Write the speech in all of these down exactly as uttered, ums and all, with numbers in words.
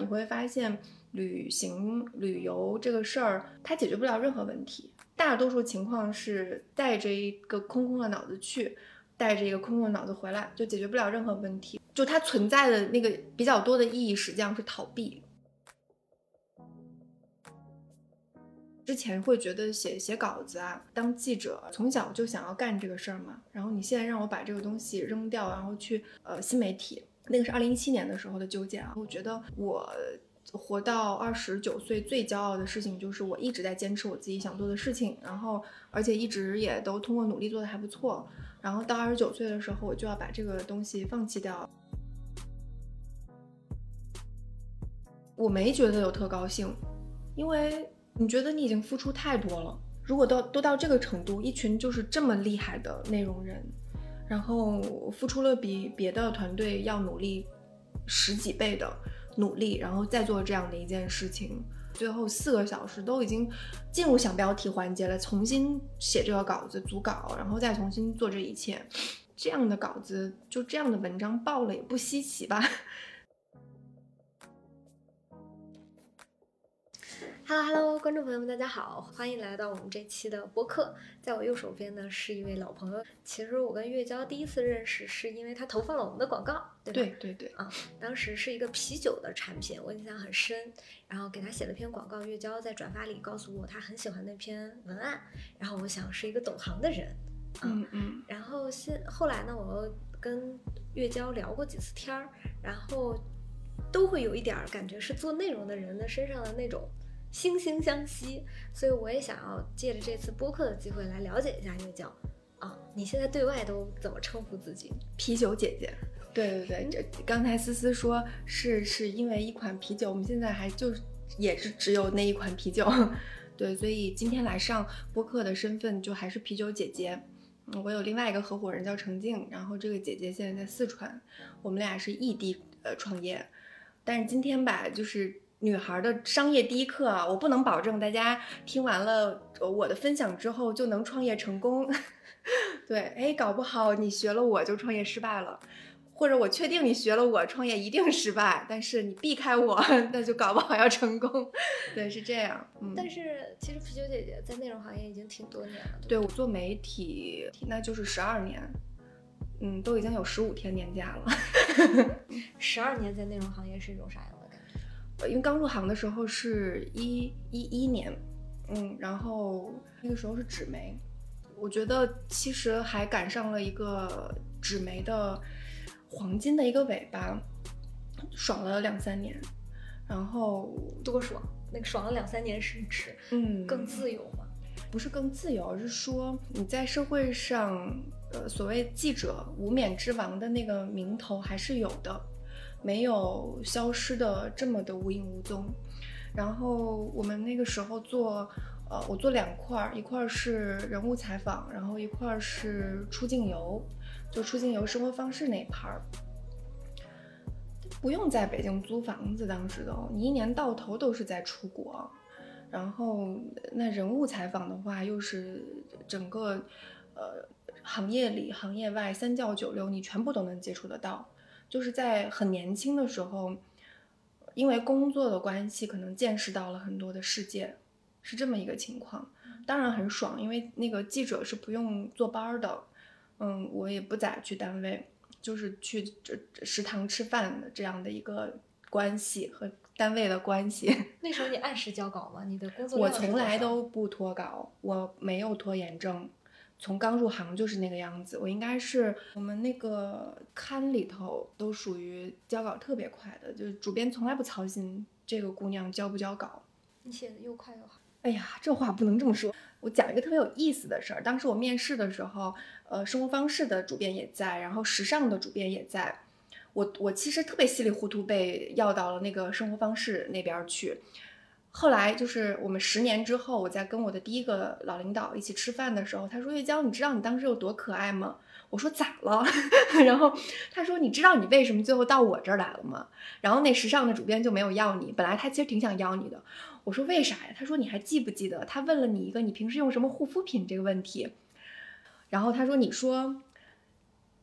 你会发现旅行旅游这个事儿它解决不了任何问题，大多数情况是带着一个空空的脑子去，带着一个空空的脑子回来，就解决不了任何问题，就它存在的那个比较多的意义实际上是逃避。之前会觉得写写稿子啊，当记者从小就想要干这个事儿嘛，然后你现在让我把这个东西扔掉，然后去呃新媒体，那个是二零一七年的时候的纠结啊。我觉得我活到二十九岁最骄傲的事情就是我一直在坚持我自己想做的事情，然后而且一直也都通过努力做得还不错，然后到二十九岁的时候我就要把这个东西放弃掉。我没觉得有特高兴，因为你觉得你已经付出太多了，如果都都到这个程度，一群就是这么厉害的内容人，然后付出了比别的团队要努力十几倍的努力，然后再做这样的一件事情，最后四个小时都已经进入想标题环节了，重新写这个稿子组稿，然后再重新做这一切，这样的稿子就这样的文章爆了也不稀奇吧。 Hello Hello， 观众朋友们，大家好，欢迎来到我们这期的播客。在我右手边呢是一位老朋友，其实我跟月娇第一次认识是因为他投放了我们的广告，对吧？ 对对对， 啊，当时是一个啤酒的产品，我印象很深。然后给他写了篇广告，月娇在转发里告诉我他很喜欢那篇文案，然后我想是一个懂行的人，啊、 嗯嗯。 然后现后来呢，我又跟月娇聊过几次天儿，然后都会有一点感觉是做内容的人的身上的那种惺惺相惜，所以我也想要借着这次播客的机会来了解一下月娇啊，你现在对外都怎么称呼自己？ 啤酒姐姐。对对对，这刚才思思说是是因为一款啤酒，我们现在还就也是只有那一款啤酒。对，所以今天来上播客的身份就还是啤酒姐姐。嗯，我有另外一个合伙人叫程静，然后这个姐姐现在在四川，我们俩是异地呃创业，但是今天吧，就是女孩的商业第一课啊，我不能保证大家听完了我的分享之后就能创业成功。对，哎，搞不好你学了我就创业失败了，或者我确定你学了我创业一定失败，但是你避开我，那就搞不好要成功。对，是这样。嗯， 但是其实啤酒姐姐在内容行业已经挺多年了。 对，我做媒体那就是十二年。嗯，都已经有十五天年假了。 十二年在内容行业是一种啥样的感觉？ 因为刚入行的时候是一一一年，嗯，然后那个时候是纸媒，我觉得其实还赶上了一个纸媒的黄金的一个尾巴，爽了两三年，然后多爽！那个爽了两三年是指嗯更自由吗？ 不是更自由，而是说你在社会上，呃，所谓记者无冕之王的那个名头还是有的，没有消失的这么的无影无踪。然后我们那个时候做，呃，我做两块，一块是人物采访，然后一块是出境游，就出境游生活方式那一盘儿。不用在北京租房子，当时都，你一年到头都是在出国。然后那人物采访的话，又是整个呃行业里行业外三教九流你全部都能接触得到，就是在很年轻的时候，因为工作的关系可能见识到了很多的世界，是这么一个情况。当然很爽，因为那个记者是不用坐班的，嗯，我也不咋去单位，就是去食堂吃饭的这样的一个关系和单位的关系。 那时候你按时交稿吗？你的工作我量是多少？ 从来都不拖稿，我没有拖延症，从刚入行就是那个样子。我应该是我们那个刊里头都属于交稿特别快的，就是主编从来不操心这个姑娘交不交稿。 你写的又快又好。 哎呀，这话不能这么说。我讲一个特别有意思的事儿。当时我面试的时候，呃，生活方式的主编也在，然后时尚的主编也在。我我其实特别稀里糊涂被要到了那个生活方式那边去。后来就是我们十年之后，我在跟我的第一个老领导一起吃饭的时候，他说：“月娇，你知道你当时有多可爱吗？”我说：“咋了？”然后他说：“你知道你为什么最后到我这儿来了吗？”然后那时尚的主编就没有要你，本来他其实挺想要你的。我说：“为啥呀？”他说：“你还记不记得他问了你一个你平时用什么护肤品这个问题？”然后他说：“你说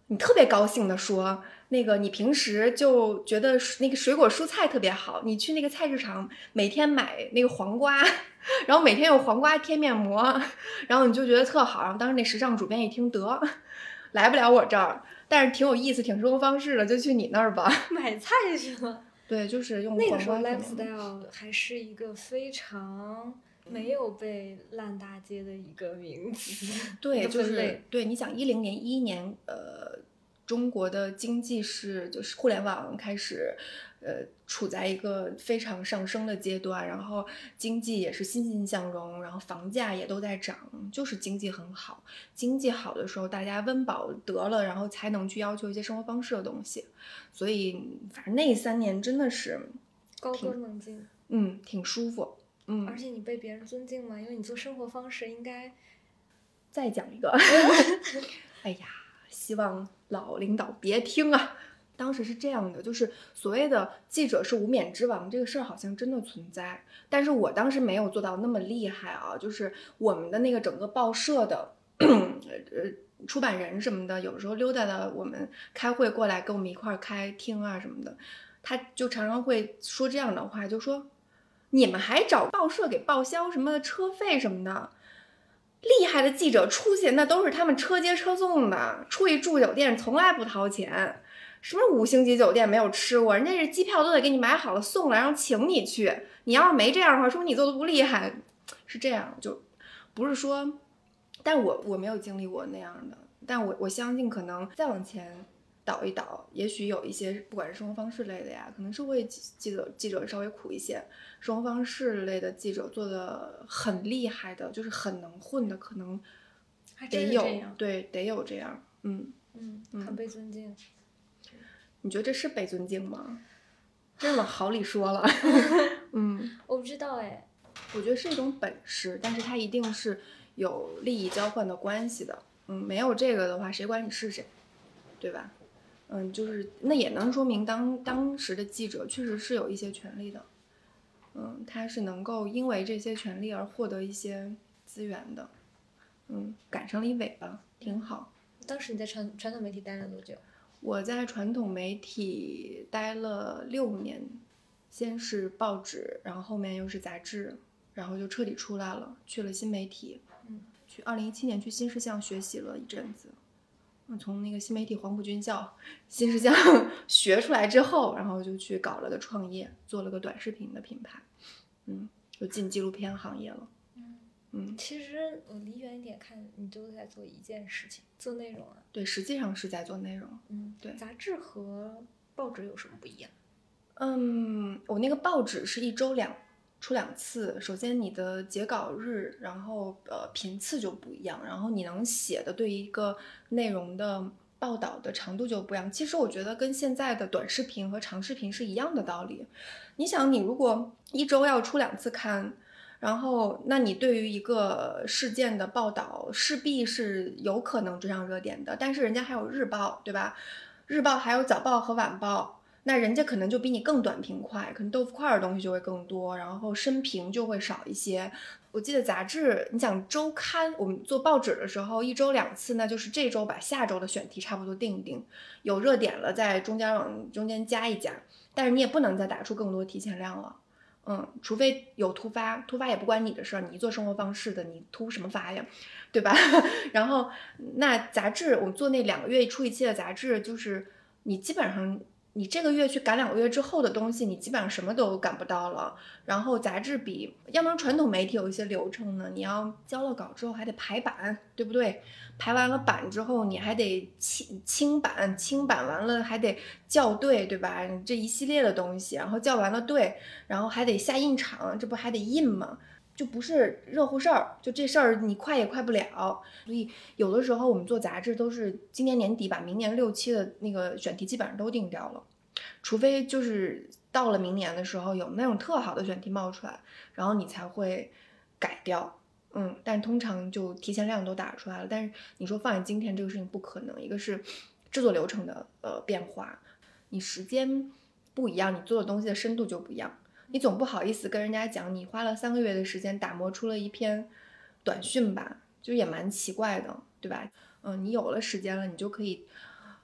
你特别高兴的说，那个你平时就觉得那个水果蔬菜特别好，你去那个菜市场每天买那个黄瓜，然后每天用黄瓜贴面膜，然后你就觉得特好。然后当时那时尚主编一听，得来不了我这儿，但是挺有意思，挺生活方式的，就去你那儿吧。 买菜去了。 对，就是用那个时候黄瓜 lifestyle 还是一个非常没有被烂大街的一个名词。 对，就是对，你想一零年一一年，呃，中国的经济是就是互联网开始，呃，处在一个非常上升的阶段，然后经济也是欣欣向荣，然后房价也都在涨，就是经济很好。经济好的时候，大家温饱得了，然后才能去要求一些生活方式的东西。所以，反正那三年真的是高歌猛进， 嗯，挺舒服。嗯， 而且你被别人尊敬嘛，因为你做生活方式应该再讲一个。哎呀，希望老领导别听啊。当时是这样的，就是所谓的记者是无冕之王这个事儿好像真的存在，但是我当时没有做到那么厉害啊。就是我们的那个整个报社的呃出版人什么的，有时候溜达的我们开会过来跟我们一块儿开听啊什么的，他就常常会说这样的话，就说你们还找报社给报销什么车费什么的，厉害的记者出去那都是他们车接车送的，出去住酒店从来不掏钱，什么五星级酒店没有吃过，人家是机票都得给你买好了送来，然后请你去。你要是没这样的话，说明你做的不厉害，是这样，就不是说，但我我没有经历过那样的，但我我相信可能再往前倒一倒，也许有一些不管是生活方式类的呀，可能是会记者记者稍微苦一些，生活方式类的记者做的很厉害的，就是很能混的，可能得有，对，得有这样，嗯嗯，很被尊敬。 你觉得这是被尊敬吗？这往好里说了。嗯， 我不知道哎。 我觉得是一种本事，但是它一定是有利益交换的关系的。嗯，没有这个的话，谁管你是谁，对吧？嗯，就是那也能说明当当时的记者确实是有一些权利的。嗯，他是能够因为这些权利而获得一些资源的。嗯，赶上了一尾巴，挺好。 当时你在传传统媒体待了多久？ 我在传统媒体待了六年，先是报纸，然后后面又是杂志，然后就彻底出来了，去了新媒体。 嗯， 去二零一七年去新视像学习了一阵子。嗯，从那个新媒体黄埔军校新视像学出来之后，然后就去搞了个创业，做了个短视频的品牌。嗯，就进纪录片行业了。嗯， 其实我离远一点看，你都在做一件事情，做内容啊。 对，实际上是在做内容。 嗯， 对。 杂志和报纸有什么不一样？ 嗯，我那个报纸是一周两出两次。首先你的截稿日，然后呃频次就不一样，然后你能写的对一个内容的报道的长度就不一样。其实我觉得跟现在的短视频和长视频是一样的道理。你想，你如果一周要出两次刊，然后那你对于一个事件的报道势必是有可能追上热点的，但是人家还有日报，对吧？日报还有早报和晚报，那人家可能就比你更短平快，可能豆腐块的东西就会更多，然后深评就会少一些。我记得杂志，你想周刊，我们做报纸的时候一周两次，那就是这周把下周的选题差不多定一定，有热点了在中间往中间加一加，但是你也不能再打出更多提前量了。嗯，除非有突发，突发也不关你的事儿，你做生活方式的，你突什么发呀，对吧？然后那杂志，我们做那两个月出一期的杂志，就是你基本上你这个月去赶两个月之后的东西，你基本上什么都赶不到了。然后杂志比要不然传统媒体有一些流程呢，你要交了稿之后还得排版，对不对？排完了版之后，你还得清清版，清版完了还得校对，对吧？这一系列的东西，然后校完了对，然后还得下印厂，这不还得印吗？就不是热乎事儿，就这事儿你快也快不了。所以有的时候我们做杂志都是今年年底把明年六期的那个选题基本上都定掉了，除非就是到了明年的时候有那种特好的选题冒出来，然后你才会改掉。嗯，但通常就提前量都打出来了。但是你说放在今天这个事情不可能，一个是制作流程的呃变化，你时间不一样，你做的东西的深度就不一样。你总不好意思跟人家讲你花了三个月的时间打磨出了一篇短讯吧，就也蛮奇怪的，对吧？嗯，你有了时间了，你就可以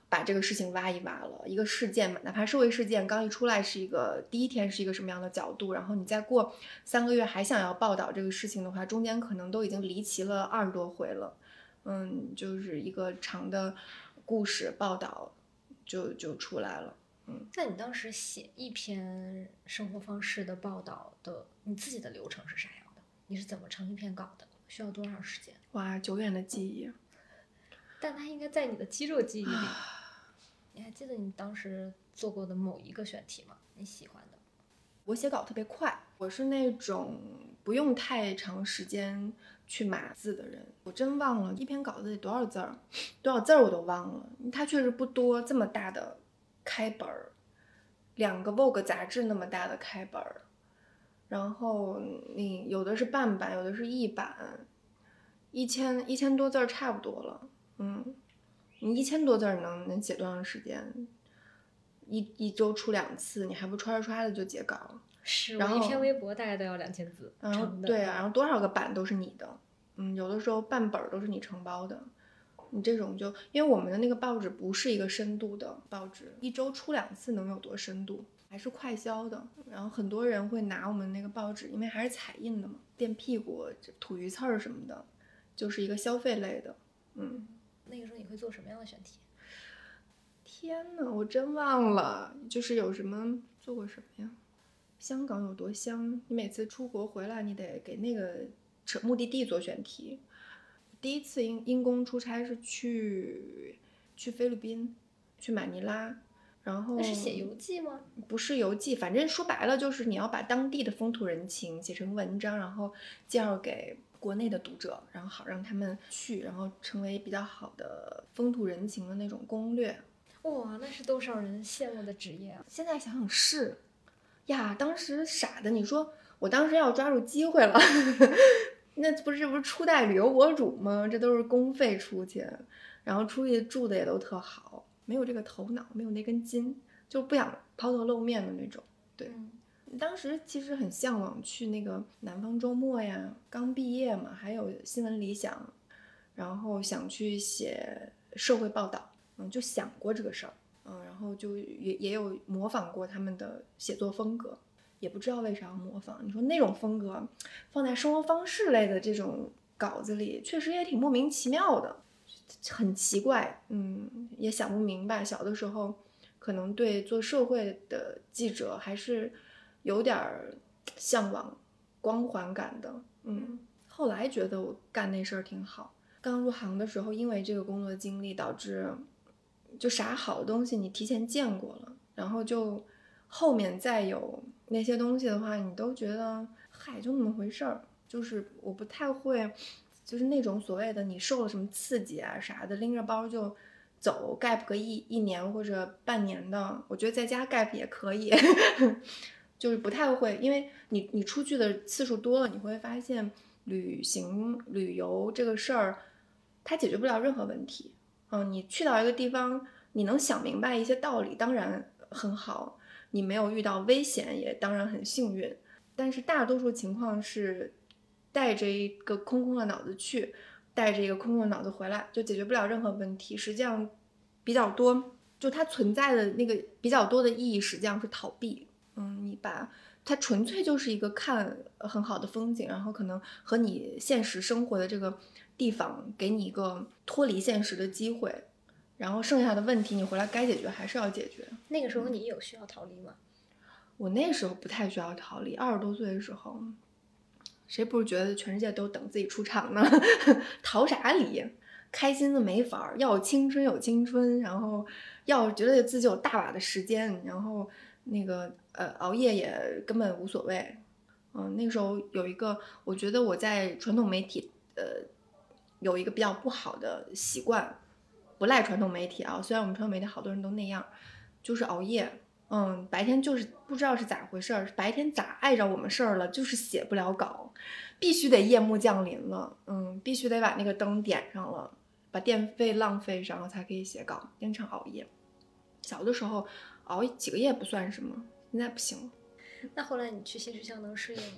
把这个事情挖一挖了，一个事件嘛，哪怕社会事件刚一出来是一个第一天是一个什么样的角度，然后你再过三个月还想要报道这个事情的话，中间可能都已经离奇了二十多回了。嗯，就是一个长的故事报道就就出来了。嗯， 那你当时写一篇生活方式的报道的，你自己的流程是啥样的？你是怎么成一篇稿的？需要多长时间？ 哇，久远的记忆。 但它应该在你的肌肉记忆里。你还记得你当时做过的某一个选题吗？你喜欢的？ 我写稿特别快，我是那种不用太长时间去码字的人。我真忘了一篇稿子得多少字儿，多少字儿我都忘了。它确实不多，这么大的开本儿，两个 Vogue 杂志那么大的开本儿，然后你有的是半版，有的是一版，一千一千多字儿差不多了。嗯，你一千多字儿能能写多长时间？一一周出两次，你还不刷刷刷的就截稿？ 是， 然后我一篇微博大概都要两千字。 然后对啊，然后多少个版都是你的，嗯，有的时候半本都是你承包的。你这种就因为我们的那个报纸不是一个深度的报纸，一周出两次能有多深度？还是快销的。然后很多人会拿我们那个报纸，因为还是彩印的嘛，垫屁股、吐鱼刺儿什么的，就是一个消费类的。嗯， 那个时候你会做什么样的选题？ 天哪，我真忘了，就是有什么做过什么呀？香港有多香？你每次出国回来，你得给那个目的地做选题。第一次因因公出差是去去菲律宾，去马尼拉，然后那是写游记吗？ 不是游记，反正说白了就是你要把当地的风土人情写成文章，然后介绍给国内的读者，然后好让他们去，然后成为比较好的风土人情的那种攻略。 哇，那是多少人羡慕的职业啊！ 现在想想是呀，当时傻的，你说我当时要抓住机会了那不是这不是初代旅游博主吗？这都是公费出去，然后出去住的也都特好，没有这个头脑，没有那根筋，就不想抛头露面的那种。对、嗯、当时其实很向往去那个南方周末呀，刚毕业嘛，还有新闻理想，然后想去写社会报道，嗯，就想过这个事儿，嗯，然后就也也有模仿过他们的写作风格，也不知道为啥要模仿。你说那种风格放在生活方式类的这种稿子里，确实也挺莫名其妙的，很奇怪，嗯，也想不明白。小的时候可能对做社会的记者还是有点向往光环感的，嗯，后来觉得我干那事儿挺好。刚入行的时候，因为这个工作经历，导致就啥好的东西你提前见过了，然后就后面再有那些东西的话，你都觉得嗨，就那么回事儿。就是我不太会，就是那种所谓的你受了什么刺激啊啥的，拎着包就走 gap 个一一年或者半年的，我觉得在家 gap 也可以，就是不太会，因为你你出去的次数多了，你会发现旅行旅游这个事儿，它解决不了任何问题。嗯，你去到一个地方，你能想明白一些道理，当然很好；你没有遇到危险，也当然很幸运。但是大多数情况是带着一个空空的脑子去，带着一个空空的脑子回来，就解决不了任何问题。实际上比较多，就它存在的那个比较多的意义，实际上是逃避。嗯，你把它纯粹就是一个看很好的风景，然后可能和你现实生活的这个地方给你一个脱离现实的机会，然后剩下的问题你回来该解决还是要解决。 那个时候你有需要逃离吗？ 我那时候不太需要逃离，二十多岁的时候，谁不是觉得全世界都等自己出场呢？逃啥离？开心的没法，要有青春有青春，然后要觉得自己有大把的时间，然后那个呃熬夜也根本无所谓。嗯，那个时候有一个，我觉得我在传统媒体呃有一个比较不好的习惯，不赖传统媒体啊，虽然我们传统媒体好多人都那样，就是熬夜。嗯，白天就是不知道是咋回事儿，白天咋碍着我们事儿了，就是写不了稿，必须得夜幕降临了，嗯，必须得把那个灯点上了，把电费浪费上了才可以写稿，经常熬夜。小的时候熬几个夜不算什么，现在不行了。 那后来你去新世相能适应吗？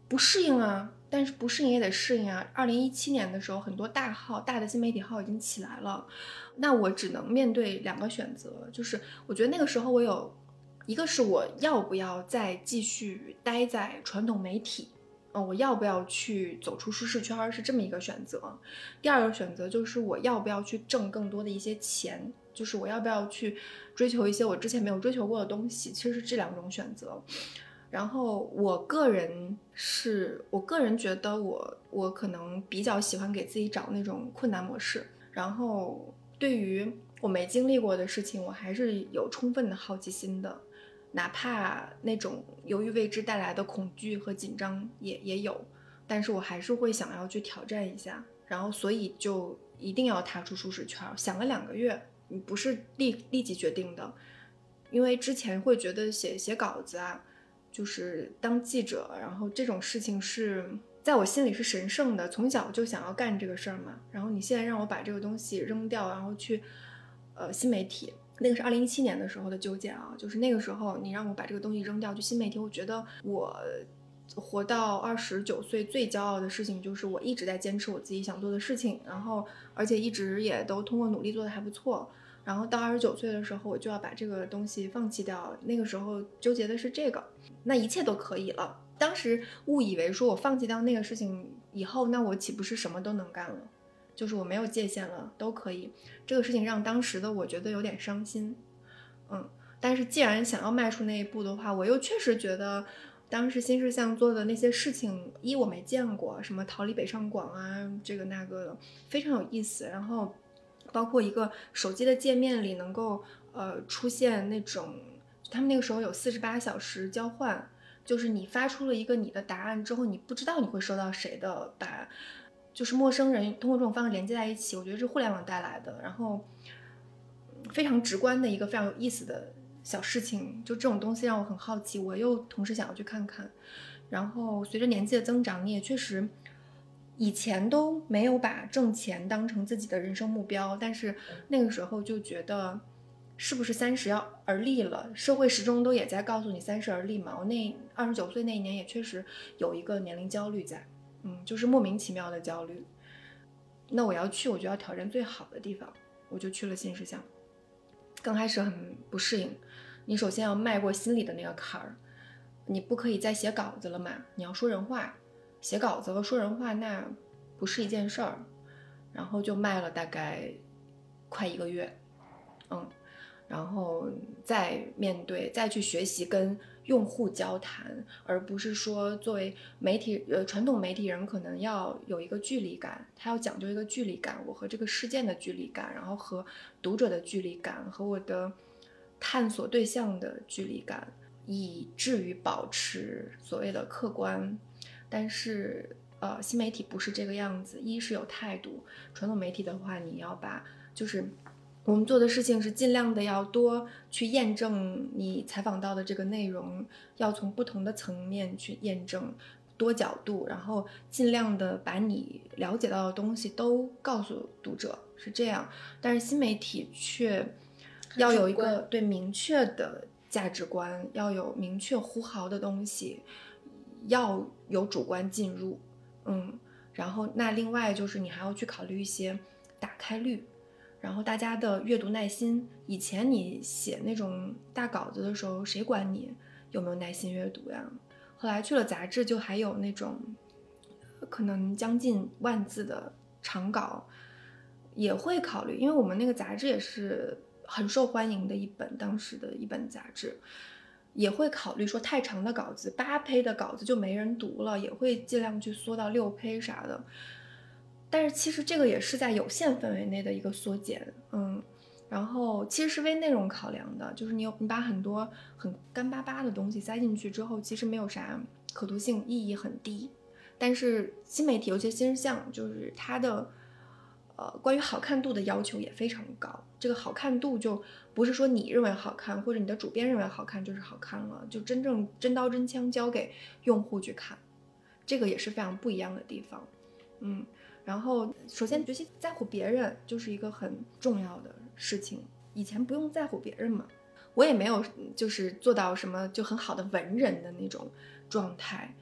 不适应啊，但是不适应也得适应啊。二零一七年的时候，很多大号、大的新媒体号已经起来了，那我只能面对两个选择，就是我觉得那个时候我有一个是我要不要再继续待在传统媒体，呃，我要不要去走出舒适圈，是这么一个选择。第二个选择就是我要不要去挣更多的一些钱，就是我要不要去追求一些我之前没有追求过的东西，其实是这两种选择。然后我个人是我个人觉得我我可能比较喜欢给自己找那种困难模式，然后对于我没经历过的事情，我还是有充分的好奇心的，哪怕那种由于未知带来的恐惧和紧张也也有，但是我还是会想要去挑战一下，然后所以就一定要踏出舒适圈。想了两个月，你不是立立即决定的，因为之前会觉得写写稿子啊，就是当记者，然后这种事情是在我心里是神圣的，从小就想要干这个事儿嘛。然后你现在让我把这个东西扔掉，然后去呃新媒体，那个是二零一七年的时候的纠结啊，就是那个时候你让我把这个东西扔掉去新媒体，我觉得我活到二十九岁最骄傲的事情就是我一直在坚持我自己想做的事情，然后而且一直也都通过努力做得还不错。然后到二十九岁的时候，我就要把这个东西放弃掉。那个时候纠结的是这个，那一切都可以了。当时误以为说我放弃掉那个事情以后，那我岂不是什么都能干了？就是我没有界限了，都可以。这个事情让当时的我觉得有点伤心，嗯。但是既然想要迈出那一步的话，我又确实觉得当时新世相做的那些事情，一我没见过，什么逃离北上广啊，这个那个的，非常有意思。然后包括一个手机的界面里能够呃出现那种，他们那个时候有四十八小时交换，就是你发出了一个你的答案之后，你不知道你会收到谁的，把就是陌生人通过这种方式连接在一起，我觉得是互联网带来的，然后非常直观的一个非常有意思的小事情，就这种东西让我很好奇，我又同时想要去看看。然后随着年纪的增长，你也确实以前都没有把挣钱当成自己的人生目标，但是那个时候就觉得是不是三十要而立了，社会始终都也在告诉你三十而立嘛。我那二十九岁那一年也确实有一个年龄焦虑在，嗯，就是莫名其妙的焦虑。那我要去，我就要挑战最好的地方，我就去了新世相。刚开始很不适应，你首先要迈过心里的那个坎儿，你不可以再写稿子了嘛，你要说人话，写稿子和说人话那不是一件事儿。然后就迈了大概快一个月，嗯，然后再面对再去学习跟用户交谈，而不是说作为媒体呃传统媒体人可能要有一个距离感，他要讲究一个距离感，我和这个事件的距离感，然后和读者的距离感，和我的探索对象的距离感，以至于保持所谓的客观。但是呃新媒体不是这个样子，一是有态度，传统媒体的话你要把就是我们做的事情是尽量的要多去验证你采访到的这个内容，要从不同的层面去验证，多角度，然后尽量的把你了解到的东西都告诉读者，是这样。但是新媒体却要有一个对明确的价值观，要有明确呼号的东西，要有主观进入，嗯，然后那另外就是你还要去考虑一些打开率。然后大家的阅读耐心，以前你写那种大稿子的时候，谁管你有没有耐心阅读呀？后来去了杂志，就还有那种可能将近万字的长稿，也会考虑，因为我们那个杂志也是很受欢迎的一本，当时的一本杂志，也会考虑说太长的稿子，八胚的稿子就没人读了，也会尽量去缩到六胚啥的。但是其实这个也是在有限范围内的一个缩减，嗯，然后其实是为内容考量的，就是你有你把很多很干巴巴的东西塞进去之后，其实没有啥可读性，意义很低。但是新媒体有些新世相，就是它的呃关于好看度的要求也非常高，这个好看度就不是说你认为好看或者你的主编认为好看就是好看了，就真正真刀真枪交给用户去看，这个也是非常不一样的地方，嗯。然后首先学习在乎别人就是一个很重要的事情，以前不用在乎别人嘛，我也没有就是做到什么就很好的文人的那种状态，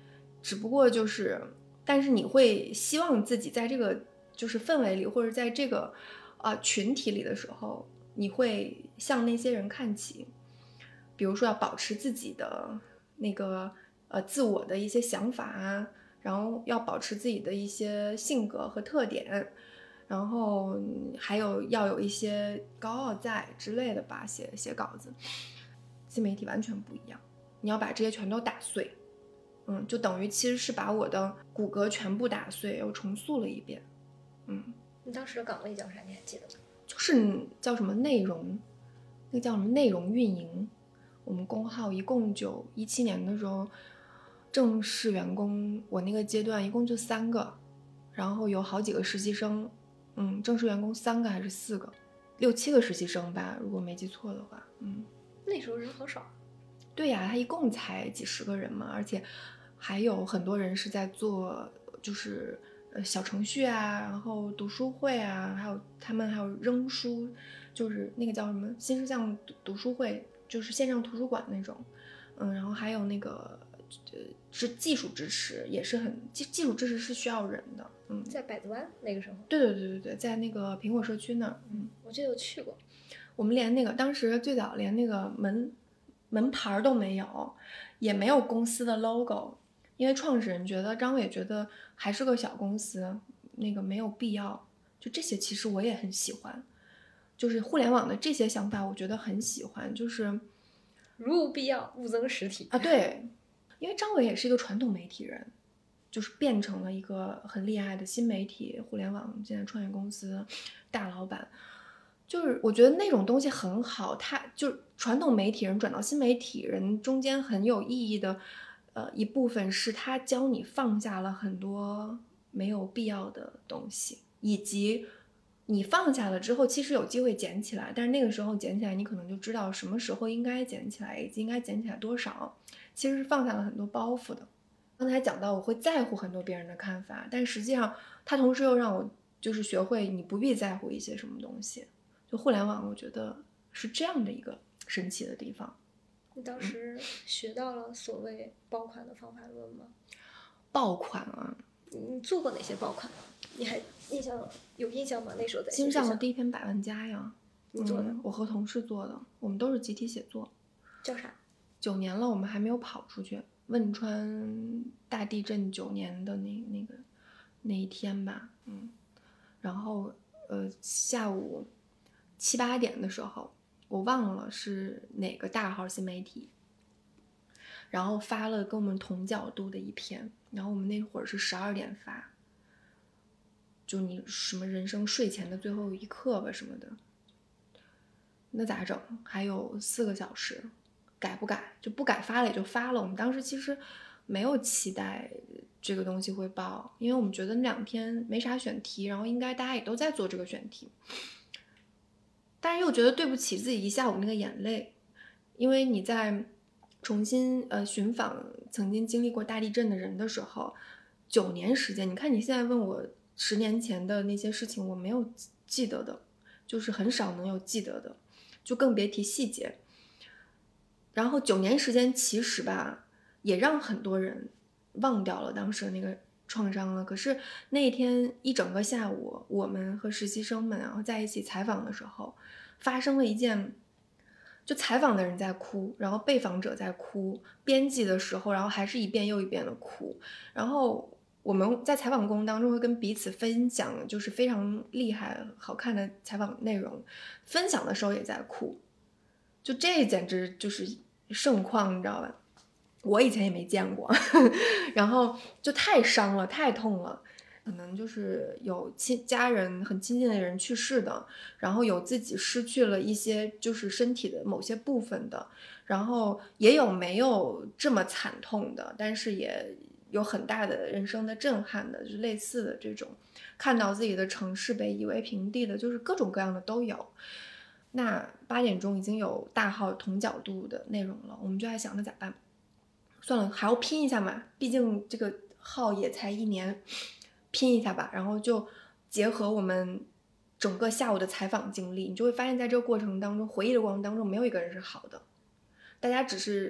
只不过就是，但是你会希望自己在这个就是氛围里，或者在这个呃群体里的时候，你会向那些人看齐，比如说要保持自己的那个呃自我的一些想法啊，然后要保持自己的一些性格和特点，然后还有要有一些高傲在之类的吧，写写稿子。新媒体完全不一样，你要把这些全都打碎。嗯，就等于其实是把我的骨骼全部打碎，又重塑了一遍。嗯， 你当时的岗位叫啥？你还记得吗？ 就是叫什么内容，那个叫什么内容运营。我们公号一共就一七年的时候，正式员工我那个阶段一共就三个，然后有好几个实习生。嗯，正式员工三个还是四个，六七个实习生吧，如果没记错的话。嗯， 那时候人好少。 对呀，他一共才几十个人嘛，而且还有很多人是在做，就是呃小程序啊，然后读书会啊，还有他们还有扔书，就是那个叫什么新世相读读书会，就是线上图书馆那种，嗯，然后还有那个呃是技术支持，也是很技技术支持是需要人的，嗯， 在百子湾那个时候。 对对对对对，在那个苹果社区那儿，嗯， 我记得我去过。 我们连那个当时最早连那个门。门牌都没有，也没有公司的 logo， 因为创始人觉得张伟觉得还是个小公司，那个没有必要。就这些其实我也很喜欢，就是互联网的这些想法我觉得很喜欢，就是如无必要勿增实体啊。对，因为张伟也是一个传统媒体人，就是变成了一个很厉害的新媒体互联网现在创业公司大老板。就是我觉得那种东西很好，它就传统媒体人转到新媒体人中间很有意义的，呃，一部分是他教你放下了很多没有必要的东西，以及你放下了之后，其实有机会捡起来，但是那个时候捡起来，你可能就知道什么时候应该捡起来，以及应该捡起来多少，其实是放下了很多包袱的。刚才讲到我会在乎很多别人的看法，但实际上他同时又让我就是学会你不必在乎一些什么东西。就互联网我觉得是这样的一个神奇的地方。 你当时学到了所谓爆款的方法论吗？ 爆款啊， 你做过哪些爆款？你还印象有印象吗？那时候在新世相的第一篇百万加呀， 你做的、 嗯、我和同事做的，我们都是集体写作。 叫啥？ 九年了，我们还没有跑出去。汶川大地震九年的那那个那一天吧，嗯，然后呃下午七八点的时候，我忘了是哪个大号新媒体，然后发了跟我们同角度的一篇，然后我们那会儿是十二点发，就你什么人生睡前的最后一刻吧什么的，那咋整？还有四个小时，改不改？就不改发了也就发了。我们当时其实没有期待这个东西会爆，因为我们觉得那两天没啥选题，然后应该大家也都在做这个选题。但是又觉得对不起自己一下午那个眼泪，因为你在重新呃寻访曾经经历过大地震的人的时候，九年时间，你看你现在问我十年前的那些事情，我没有记得的，就是很少能有记得的，就更别提细节。然后九年时间其实吧，也让很多人忘掉了当时的那个创伤了。可是那一天一整个下午，我们和实习生们然后在一起采访的时候，发生了一件，就采访的人在哭，然后被访者在哭，编辑的时候，然后还是一遍又一遍的哭。然后我们在采访过程当中会跟彼此分享，就是非常厉害、好看的采访内容，分享的时候也在哭。就这简直就是盛况，你知道吧？我以前也没见过，然后就太伤了，太痛了。可能就是有亲家人很亲近的人去世的，然后有自己失去了一些就是身体的某些部分的，然后也有没有这么惨痛的，但是也有很大的人生的震撼的，就是类似的这种，看到自己的城市被夷为平地的，就是各种各样的都有。那八点钟已经有大号同角度的内容了，我们就在想那咋办？算了，还要拼一下嘛，毕竟这个号也才一年，拼一下吧。然后就结合我们整个下午的采访经历，你就会发现在这个过程当中，回忆的过程当中，没有一个人是好的，大家只是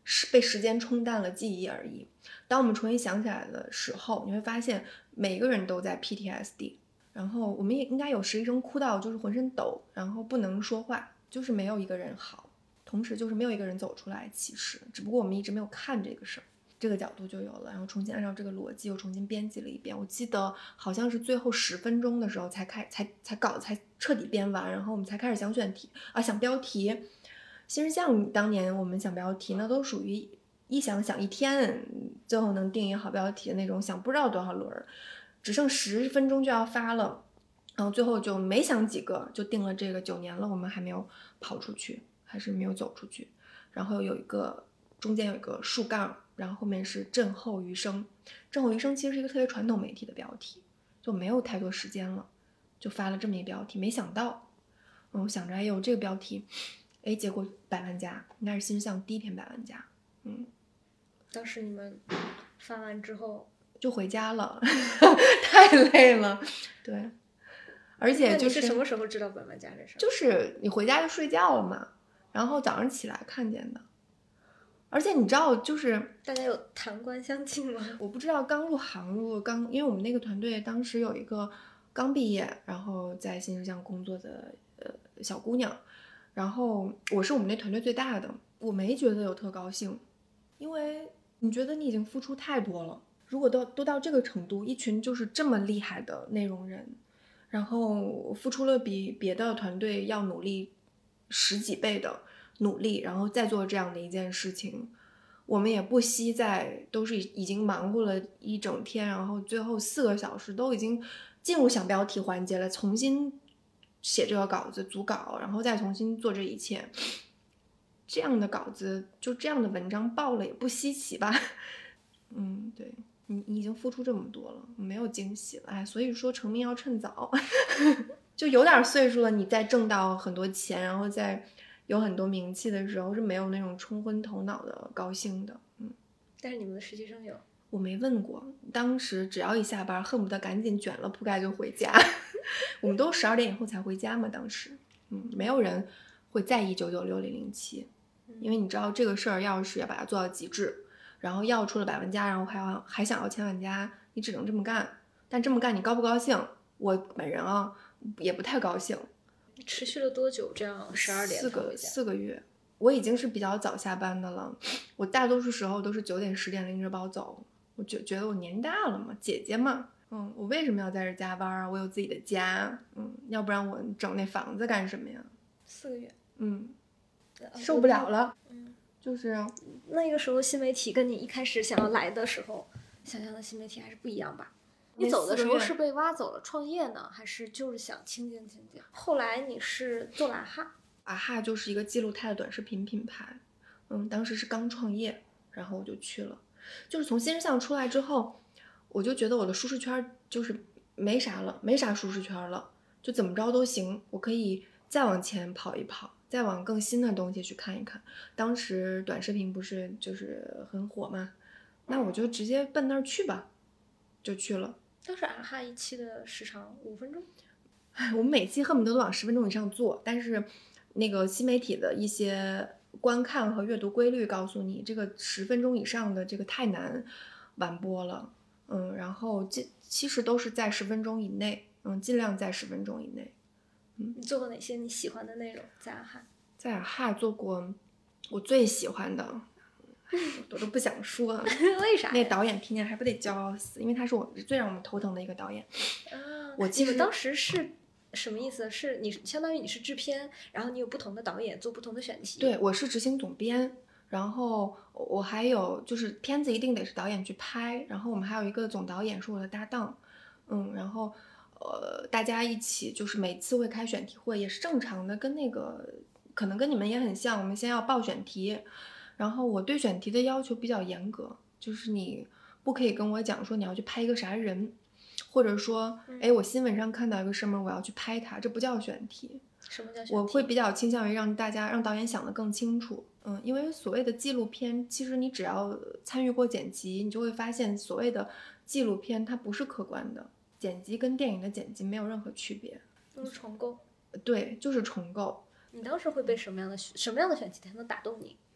是被时间冲淡了记忆而已。当我们重新想起来的时候，你会发现每个人都在 P T S D， 然后我们也应该有实习生哭到就是浑身抖，然后不能说话，就是没有一个人好，同时就是没有一个人走出来，其实只不过我们一直没有看这个事儿，这个角度就有了，然后重新按照这个逻辑又重新编辑了一遍。我记得好像是最后十分钟的时候才开才才稿才彻底编完，然后我们才开始想选题啊，想标题。其实像当年我们想标题那都属于一想想一天，最后能定义好标题的那种，想不知道多少轮，只剩十分钟就要发了，然后最后就没想几个就定了这个。九年了，我们还没有跑出去，还是没有走出去。然后有一个中间有一个竖杠，然后后面是震后余生。震后余生其实是一个特别传统媒体的标题，就没有太多时间了，就发了这么一标题。没想到，嗯，我想着哎呦这个标题，哎，结果百万加，应该是新向第一篇百万加。嗯， 当时你们发完之后就回家了，太累了。对，而且就是那你是什么时候知道百万加这事儿？ 就是你回家就睡觉了嘛，然后早上起来看见的。而且你知道，就是大家有谈官相庆吗？ 我不知道刚入行入刚，因为我们那个团队当时有一个刚毕业，然后在新世相工作的呃小姑娘，然后我是我们那团队最大的，我没觉得有特高兴，因为你觉得你已经付出太多了，如果都都到这个程度，一群就是这么厉害的内容人，然后付出了比别的团队要努力十几倍的努力，然后再做这样的一件事情，我们也不惜在都是已经忙活了一整天，然后最后四个小时都已经进入想标题环节了，重新写这个稿子组稿，然后再重新做这一切，这样的稿子就这样的文章爆了也不稀奇吧。嗯，对，你你已经付出这么多了，没有惊喜了，哎，所以说成名要趁早。就有点岁数了，你再挣到很多钱，然后再有很多名气的时候，是没有那种冲昏头脑的高兴的。嗯， 但是你们的实习生有？ 我没问过，当时只要一下班，恨不得赶紧卷了铺盖就回家。我们都十二点以后才回家嘛，当时，嗯，没有人会在意九九六零零七，因为你知道这个事儿要是要把它做到极致，然后要出了百万加，然后还要还想要千万加，你只能这么干。但这么干你高不高兴？我本人啊也不太高兴。 持续了多久？这样十二点四个四个月，我已经是比较早下班的了。我大多数时候都是九点十点拎着包走。我觉觉得我年纪大了嘛，姐姐嘛，嗯，我为什么要在这加班啊？我有自己的家，嗯，要不然我整那房子干什么呀？ 四个月， 嗯，受不了了， 嗯， 就是那个时候新媒体跟你一开始想要来的时候想象的新媒体还是不一样吧？你走的时候是被挖走了创业呢，还是就是想清静清静？后来你是做了啊哈， 啊哈就是一个记录态的短视频品牌，嗯，当时是刚创业，然后我就去了。就是从新世相出来之后，我就觉得我的舒适圈就是没啥了，没啥舒适圈了，就怎么着都行，我可以再往前跑一跑，再往更新的东西去看一看。当时短视频不是就是很火吗？那我就直接奔那儿去吧，就去了。 当时啊哈一期的时长五分钟， 我们每期恨不得都往十分钟以上做，但是那个新媒体的一些观看和阅读规律告诉你，这个十分钟以上的这个太难完播了，嗯，然后这其实都是在十分钟以内，嗯，尽量在十分钟以内。 嗯，你做过哪些你喜欢的内容在啊哈？ 在啊哈做过我最喜欢的。我都不想说， 为啥？ 那导演听见还不得骄傲死，因为他是我最让我们头疼的一个导演。 啊， 我其实当时是什么意思？是你相当于你是制片，然后你有不同的导演做不同的选题。 对，我是执行总编，然后我还有就是片子一定得是导演去拍，然后我们还有一个总导演是我的搭档，嗯，然后呃大家一起就是每次会开选题会，也是正常的，跟那个可能跟你们也很像，我们先要报选题。然后我对选题的要求比较严格，就是你不可以跟我讲说你要去拍一个啥人，或者说哎我新闻上看到一个什么我要去拍它，这不叫选题。 什么叫选题？ 我会比较倾向于让大家让导演想得更清楚，嗯，因为所谓的纪录片，其实你只要参与过剪辑，你就会发现所谓的纪录片它不是客观的，剪辑跟电影的剪辑没有任何区别， 都是重构。 对，就是重构。 你当时会被什么样的什么样的选题才能打动你？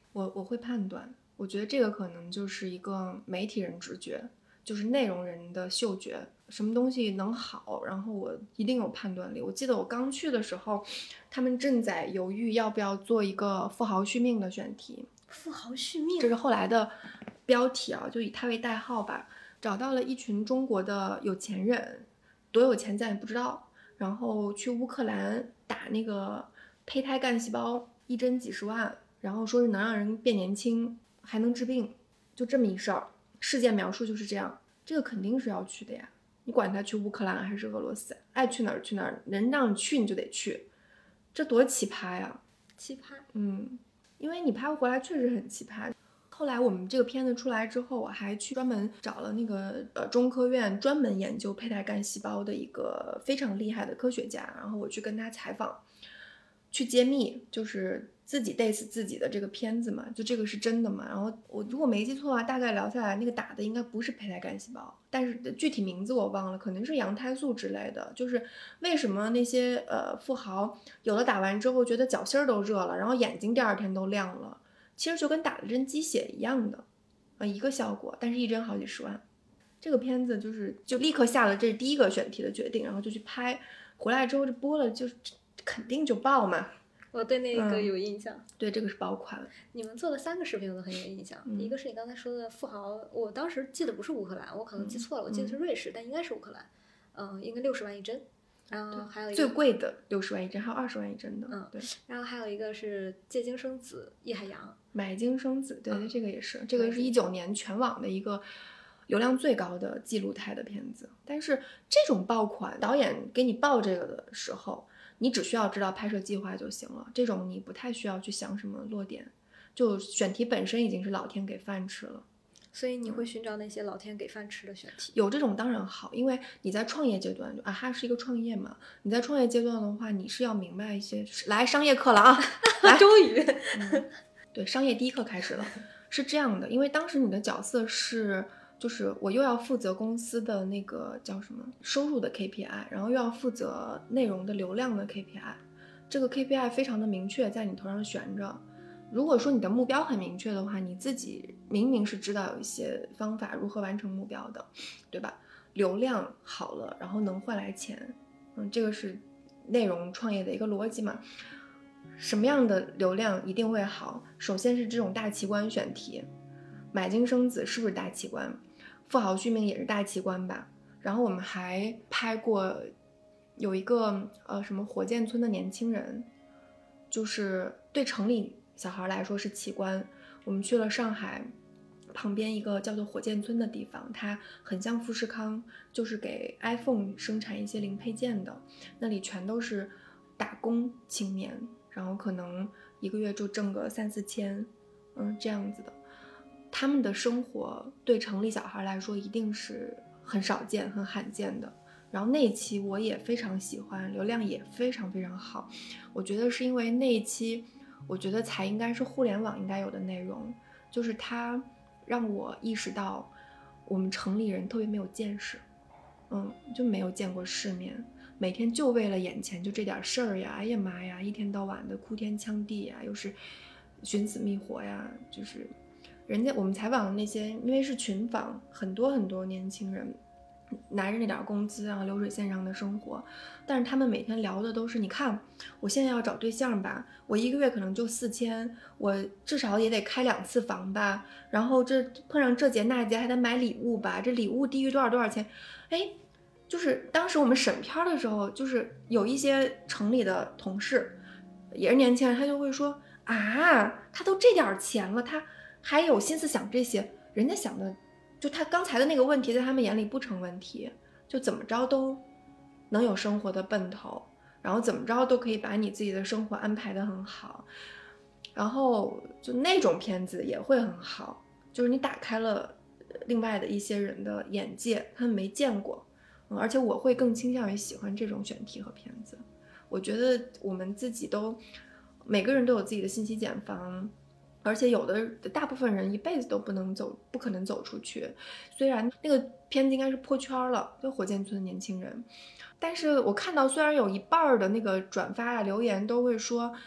我我会判断，我觉得这个可能就是一个媒体人直觉，就是内容人的嗅觉，什么东西能好，然后我一定有判断力。我记得我刚去的时候，他们正在犹豫要不要做一个富豪续命的选题。 富豪续命， 这是后来的标题啊，就以它为代号吧。找到了一群中国的有钱人，多有钱咱也不知道，然后去乌克兰打那个胚胎干细胞，一针几十万，然后说是能让人变年轻，还能治病，就这么一事儿。事件描述就是这样，这个肯定是要去的呀。你管他去乌克兰还是俄罗斯，爱去哪儿去哪儿，人让你去你就得去，这多奇葩呀！ 奇葩， 嗯，因为你拍回来确实很奇葩。后来我们这个片子出来之后，我还去专门找了那个呃中科院专门研究胚胎干细胞的一个非常厉害的科学家，然后我去跟他采访，去揭秘，就是自己 diss 自己的这个片子嘛，就这个是真的嘛。然后我如果没记错啊，大概聊下来，那个打的应该不是胚胎干细胞，但是具体名字我忘了，可能是羊胎素之类的。就是为什么那些呃富豪有的打完之后觉得脚心都热了，然后眼睛第二天都亮了。其实就跟打了针鸡血一样的，呃，一个效果，但是一针好几十万。这个片子就是就立刻下了这第一个选题的决定，然后就去拍，回来之后就播了，就是肯定就爆嘛。 我对那个有印象。 嗯、对，这个是爆款。 你们做的三个视频我都很有印象， 嗯、 一个是你刚才说的富豪，我当时记得不是乌克兰，我可能记错了， 嗯、 我记得是瑞士，嗯、但应该是乌克兰，嗯，应该六十万一针。然后还有一个最贵的六十万一针，还有二十万一针的， 嗯， 对。 然后还有一个是借精生子，叶海洋买精生子，对， 嗯、 这个也是，这个是一九年全网的一个流量最高的记录态的片子。但是这种爆款，导演给你报这个的时候，你只需要知道拍摄计划就行了，这种你不太需要去想什么落点，就选题本身已经是老天给饭吃了。 所以你会寻找那些老天给饭吃的选题？ 有这种当然好，因为你在创业阶段，就啊哈是一个创业嘛，你在创业阶段的话，你是要明白一些，来商业课了啊，来， 终于、 嗯，对，商业第一课开始了，是这样的，因为当时你的角色是，就是我又要负责公司的那个叫什么收入的 K P I， 然后又要负责内容的流量的 K P I， 这个 K P I 非常的明确，在你头上悬着。如果说你的目标很明确的话，你自己明明是知道有一些方法如何完成目标的，对吧？流量好了，然后能换来钱，嗯，这个是内容创业的一个逻辑嘛。什么样的流量一定会好？首先是这种大奇观选题，买精生子是不是大奇观？富豪续命也是大奇观吧？然后我们还拍过有一个呃什么火箭村的年轻人，就是对城里小孩来说是奇观。我们去了上海旁边一个叫做火箭村的地方，它很像富士康，就是给 iPhone 生产一些零配件的，那里全都是打工青年，然后可能一个月就挣个三四千，嗯，这样子的。他们的生活对城里小孩来说一定是很少见很罕见的。然后那一期我也非常喜欢，流量也非常非常好。我觉得是因为那一期我觉得才应该是互联网应该有的内容，就是它让我意识到我们城里人特别没有见识，嗯，就没有见过世面，每天就为了眼前就这点事儿呀，哎呀妈呀，一天到晚的哭天抢地呀，又是寻死觅活呀，就是人家我们采访的那些，因为是群访，很多很多年轻人拿着那点工资啊，流水线上的生活，但是他们每天聊的都是，你看我现在要找对象吧，我一个月可能就四千，我至少也得开两次房吧，然后这碰上这节那节还得买礼物吧，这礼物低于多少多少钱，哎，就是当时我们审片的时候，就是有一些城里的同事也是年轻人，他就会说啊，他都这点钱了，他还有心思想这些，人家想的就他刚才的那个问题在他们眼里不成问题，就怎么着都能有生活的奔头，然后怎么着都可以把你自己的生活安排得很好，然后就那种片子也会很好，就是你打开了另外的一些人的眼界，他们没见过，嗯，而且我会更倾向于喜欢这种选题和片子。我觉得我们自己都每个人都有自己的信息茧房，而且有的大部分人一辈子都不能走，不可能走出去。虽然那个片子应该是破圈了，就火箭村的年轻人，但是我看到虽然有一半的那个转发啊留言都会说，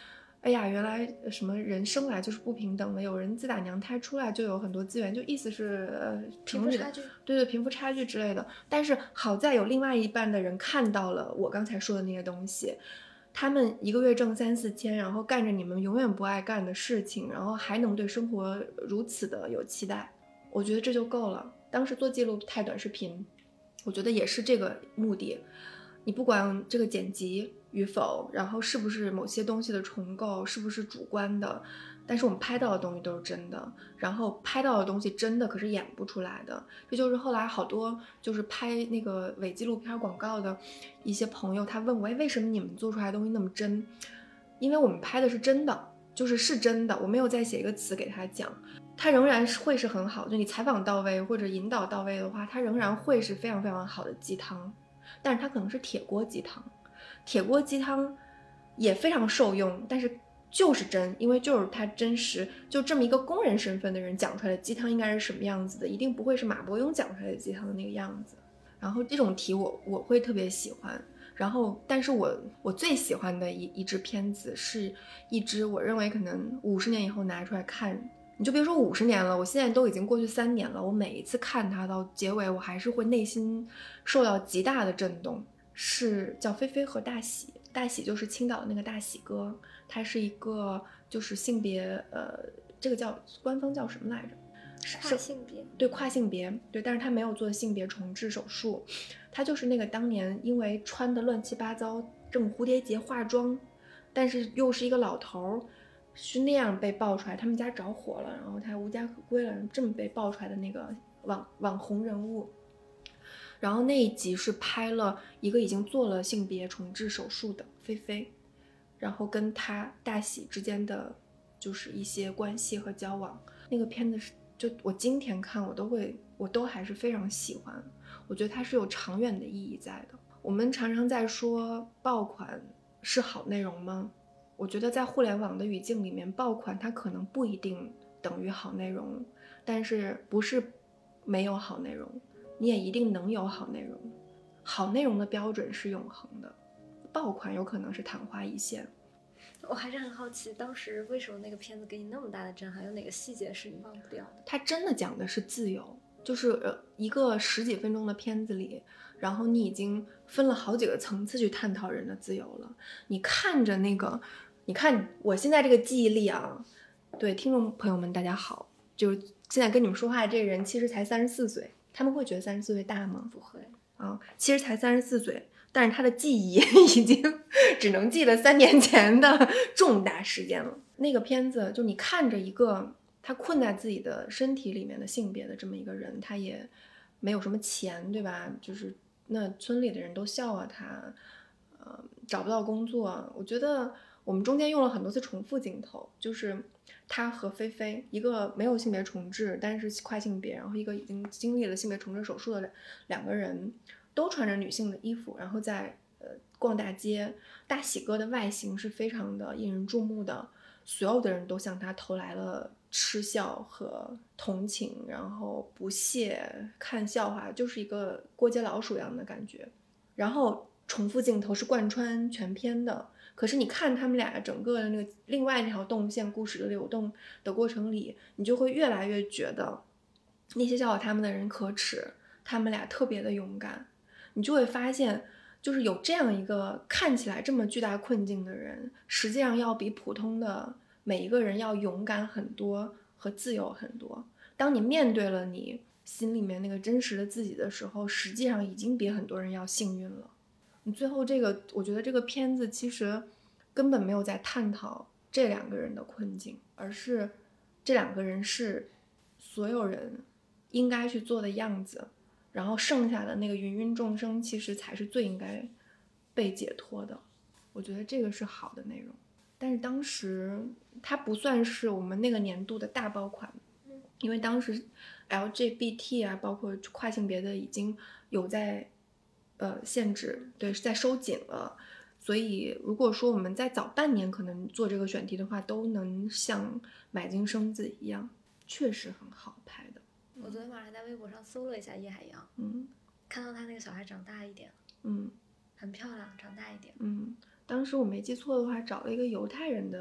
哎呀，原来什么人生来就是不平等的，有人自打娘胎出来就有很多资源，就意思是呃贫富差距， 对对，贫富差距之类的。但是好在有另外一半的人看到了我刚才说的那些东西，他们一个月挣三四千，然后干着你们永远不爱干的事情，然后还能对生活如此的有期待，我觉得这就够了。当时做记录态短视频，我觉得也是这个目的。你不管这个剪辑与否，然后是不是某些东西的重构，是不是主观的，但是我们拍到的东西都是真的，然后拍到的东西真的可是演不出来的。这就是后来好多就是拍那个伪纪录片广告的一些朋友，他问我，哎，为什么你们做出来的东西那么真？因为我们拍的是真的，就是是真的，我没有再写一个词给他讲，它仍然是会是很好，就你采访到位或者引导到位的话，它仍然会是非常非常好的鸡汤，但是它可能是铁锅鸡汤，铁锅鸡汤也非常受用，但是就是真，因为就是它真实，就这么一个工人身份的人讲出来的鸡汤应该是什么样子的，一定不会是马伯庸讲出来的鸡汤的那个样子。然后这种题我我会特别喜欢。然后，但是我我最喜欢的一一支片子是一支我认为可能五十年以后拿出来看，你就别说五十年了，我现在都已经过去三年了，我每一次看它到结尾，我还是会内心受到极大的震动。是叫《菲菲和大喜》，大喜就是青岛的那个大喜哥，它是一个就是性别呃，这个叫官方叫什么来着？ 跨性别， 对，跨性别，对，但是他没有做性别重置手术，他就是那个当年因为穿的乱七八糟，正蝴蝶结化妆，但是又是一个老头，是那样被爆出来，他们家着火了，然后他无家可归了，这么被爆出来的那个网网红人物。然后那一集是拍了一个已经做了性别重置手术的菲菲，然后跟他大喜之间的就是一些关系和交往。那个片子是就我今天看我都会我都还是非常喜欢，我觉得它是有长远的意义在的。我们常常在说爆款是好内容吗？我觉得在互联网的语境里面，爆款它可能不一定等于好内容，但是不是没有好内容，你也一定能有好内容。好内容的标准是永恒的，爆款有可能是昙花一现。 我还是很好奇，当时为什么那个片子给你那么大的震撼？有哪个细节是你忘不掉的？ 它真的讲的是自由，就是呃一个十几分钟的片子里，然后你已经分了好几个层次去探讨人的自由了。你看着那个，你看我现在这个记忆力啊，对听众朋友们大家好，就是现在跟你们说话的这个人其实才三十四岁，他们会觉得三十四岁大吗？ 不会啊，其实才三十四岁。但是他的记忆已经只能记得三年前的重大事件了。那个片子就你看着一个他困在自己的身体里面的性别的这么一个人，他也没有什么钱，对吧？就是那村里的人都笑话他，呃，找不到工作。我觉得我们中间用了很多次重复镜头，就是他和菲菲，一个没有性别重置但是跨性别，然后一个已经经历了性别重置手术的两个人。都穿着女性的衣服，然后在呃逛大街。大喜哥的外形是非常的引人注目的，所有的人都向他投来了嗤笑和同情，然后不屑看笑话，就是一个过街老鼠一样的感觉。然后重复镜头是贯穿全片的，可是你看他们俩整个的那个另外一条动线故事的流动的过程里，你就会越来越觉得那些笑话他们的人可耻，他们俩特别的勇敢。你就会发现，就是有这样一个看起来这么巨大困境的人，实际上要比普通的每一个人要勇敢很多和自由很多。当你面对了你心里面那个真实的自己的时候，实际上已经比很多人要幸运了。你最后这个，我觉得这个片子其实根本没有在探讨这两个人的困境，而是这两个人是所有人应该去做的样子。然后剩下的那个芸芸众生其实才是最应该被解脱的，我觉得这个是好的内容。但是当时它不算是我们那个年度的大爆款，因为当时 L G B T 啊包括跨性别的已经有在呃限制，对，是在收紧了。所以如果说我们再早半年可能做这个选题的话，都能像买金生子一样，确实很好拍的。 我昨天晚上在微博上搜了一下叶海洋， 嗯， 看到他那个小孩长大一点， 嗯， 很漂亮，长大一点。 嗯，当时我没记错的话，找了一个犹太人的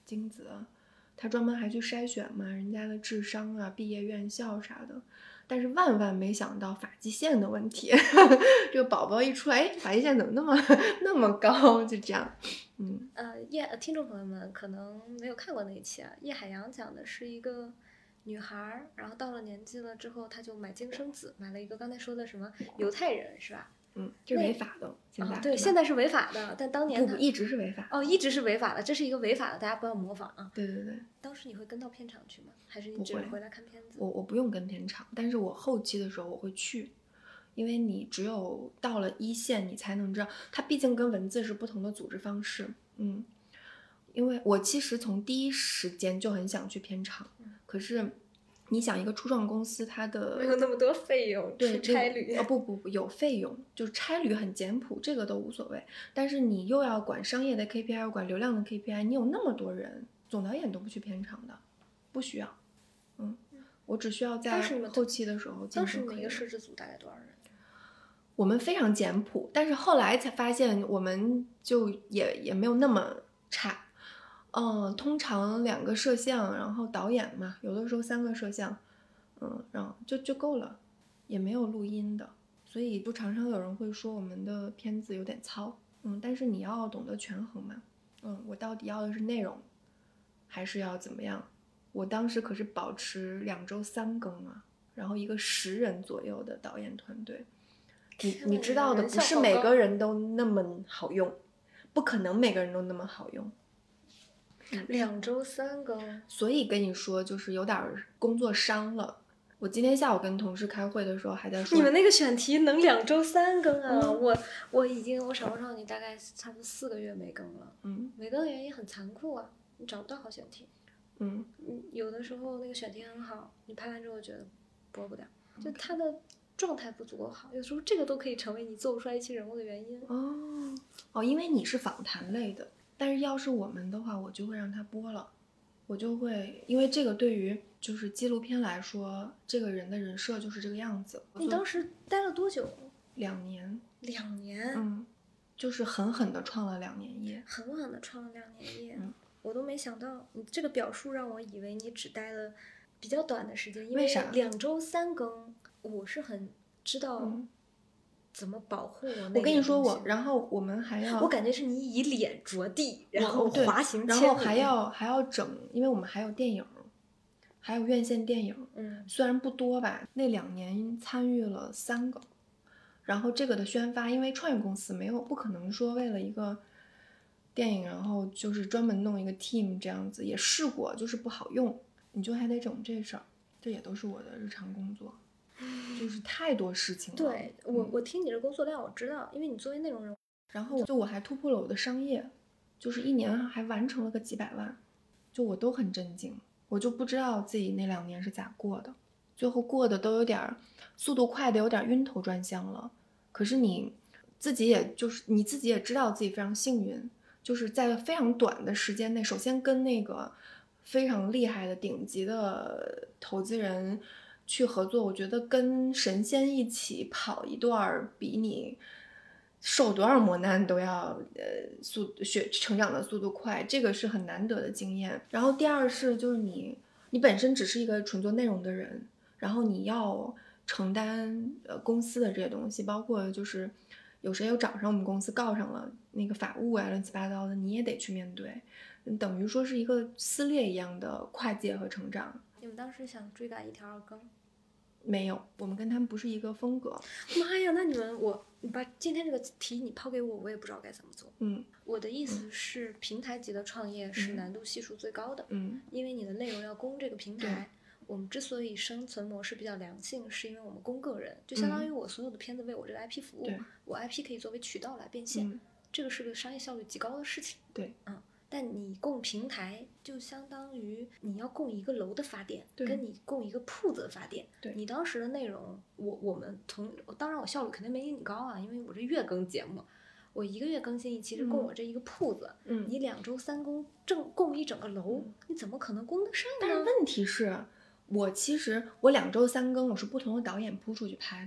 金子，他专门还去筛选嘛，人家的智商啊、毕业院校啥的。但是万万没想到发际线的问题，这个宝宝一出来，哎，发际线怎么那么那么高？就这样，嗯。 呃，叶听众朋友们可能没有看过那一期啊，叶海洋讲的是一个女孩，然后到了年纪了之后，她就买精生子，买了一个刚才说的什么犹太人是吧？ 嗯，这是违法的，现在、 哦、对，现在是违法的，但当年不不一直是违法。 哦，一直是违法的，这是一个违法的，大家不要模仿啊。 对对对。 当时你会跟到片场去吗？还是你只是回来看片子？ 我我不用跟片场，但是我后期的时候我会去，因为你只有到了一线，你才能知道，它毕竟跟文字是不同的组织方式。嗯，因为我其实从第一时间就很想去片场， 嗯、 可是。你想一个初创公司，它的没有那么多费用， 对差旅啊、哦、不不不有费用，就是差旅很简朴，这个都无所谓。但是你又要管商业的 K P I， 又管流量的 K P I， 你有那么多人，总导演都不去片场的，不需要。嗯，我只需要在后期的时候进。 当时每个摄制组大概多少人？ 我们非常简朴，但是后来才发现我们就也也没有那么差。嗯，通常两个摄像，然后导演嘛，有的时候三个摄像，嗯，然后就就够了，也没有录音的，所以就常常有人会说我们的片子有点糙，嗯，但是你要懂得权衡嘛，嗯，我到底要的是内容，还是要怎么样？我当时可是保持两周三更啊，然后一个十人左右的导演团队，你你知道的，不是每个人都那么好用，不可能每个人都那么好用。 两周三更， 所以跟你说就是有点工作伤了。我今天下午跟同事开会的时候还在说， 你们那个选题能两周三更啊？嗯、我我已经我少不少你大概差不多四个月没更了。 嗯， 没更的原因很残酷啊，你找不到好选题。 嗯， 有的时候那个选题很好，你拍完之后觉得播不了，就他的状态不足够好，有时候这个都可以成为你做不出来一期人物的原因。 哦哦，因为你是访谈类的。但是要是我们的话，我就会让他播了，我就会，因为这个对于就是纪录片来说，这个人的人设就是这个样子。 你当时待了多久？ 两年。 两年。 嗯，就是狠狠的创了两年业。 狠狠的创了两年业。 嗯， 我都没想到，你这个表述让我以为你只待了比较短的时间，因为啥？ 两周三更，我是很知道。嗯，怎么保护我？ 我跟你说我，然后我们还要， 我感觉是你以脸着地，然后滑行千里，然后还要还要整，因为我们还有电影，还有院线电影， 嗯， 虽然不多吧，那两年参与了三个，然后这个的宣发，因为创业公司没有不可能说为了一个电影，然后就是专门弄一个 team 这样子，也试过，就是不好用，你就还得整这事儿，这也都是我的日常工作。就是太多事情了。 对我，我听你的工作量，我知道，因为你作为内容人， 然后就我还突破了我的商业，就是一年还完成了个几百万，就我都很震惊，我就不知道自己那两年是咋过的，最后过的都有点速度快的有点晕头转向了。可是你自己也就是你自己也知道自己非常幸运，就是在非常短的时间内，首先跟那个非常厉害的顶级的投资人去合作，我觉得跟神仙一起跑一段比你受多少磨难都要呃速学成长的速度快，这个是很难得的经验。然后第二是就是你你本身只是一个纯做内容的人，然后你要承担呃公司的这些东西，包括就是有谁又找上我们公司告上了那个法务啊乱七八糟的，你也得去面对，等于说是一个撕裂一样的跨界和成长。 你们当时想追赶一条二更？ 没有，我们跟他们不是一个风格。 妈呀，那你们我你把今天这个题你抛给我，我也不知道该怎么做。 嗯， 我的意思是，平台级的创业是难度系数最高的。 嗯， 因为你的内容要供这个平台。我们之所以生存模式比较良性，是因为我们供个人，就相当于我所有的片子为我这个 I P 服务， 嗯、 我 I P 可以作为渠道来变现， 嗯、 这个是个商业效率极高的事情。 对， 嗯。但你供平台就相当于你要供一个楼的发电，跟你供一个铺子的发电。 对， 你当时的内容，我我们从当然我效率肯定没你高啊，因为我是月更节目，我一个月更新一期是供我这一个铺子。 嗯， 你两周三供正供一整个楼，嗯、你怎么可能供得上呢？ 但是问题是，我其实我两周三更，我是不同的导演铺出去拍的。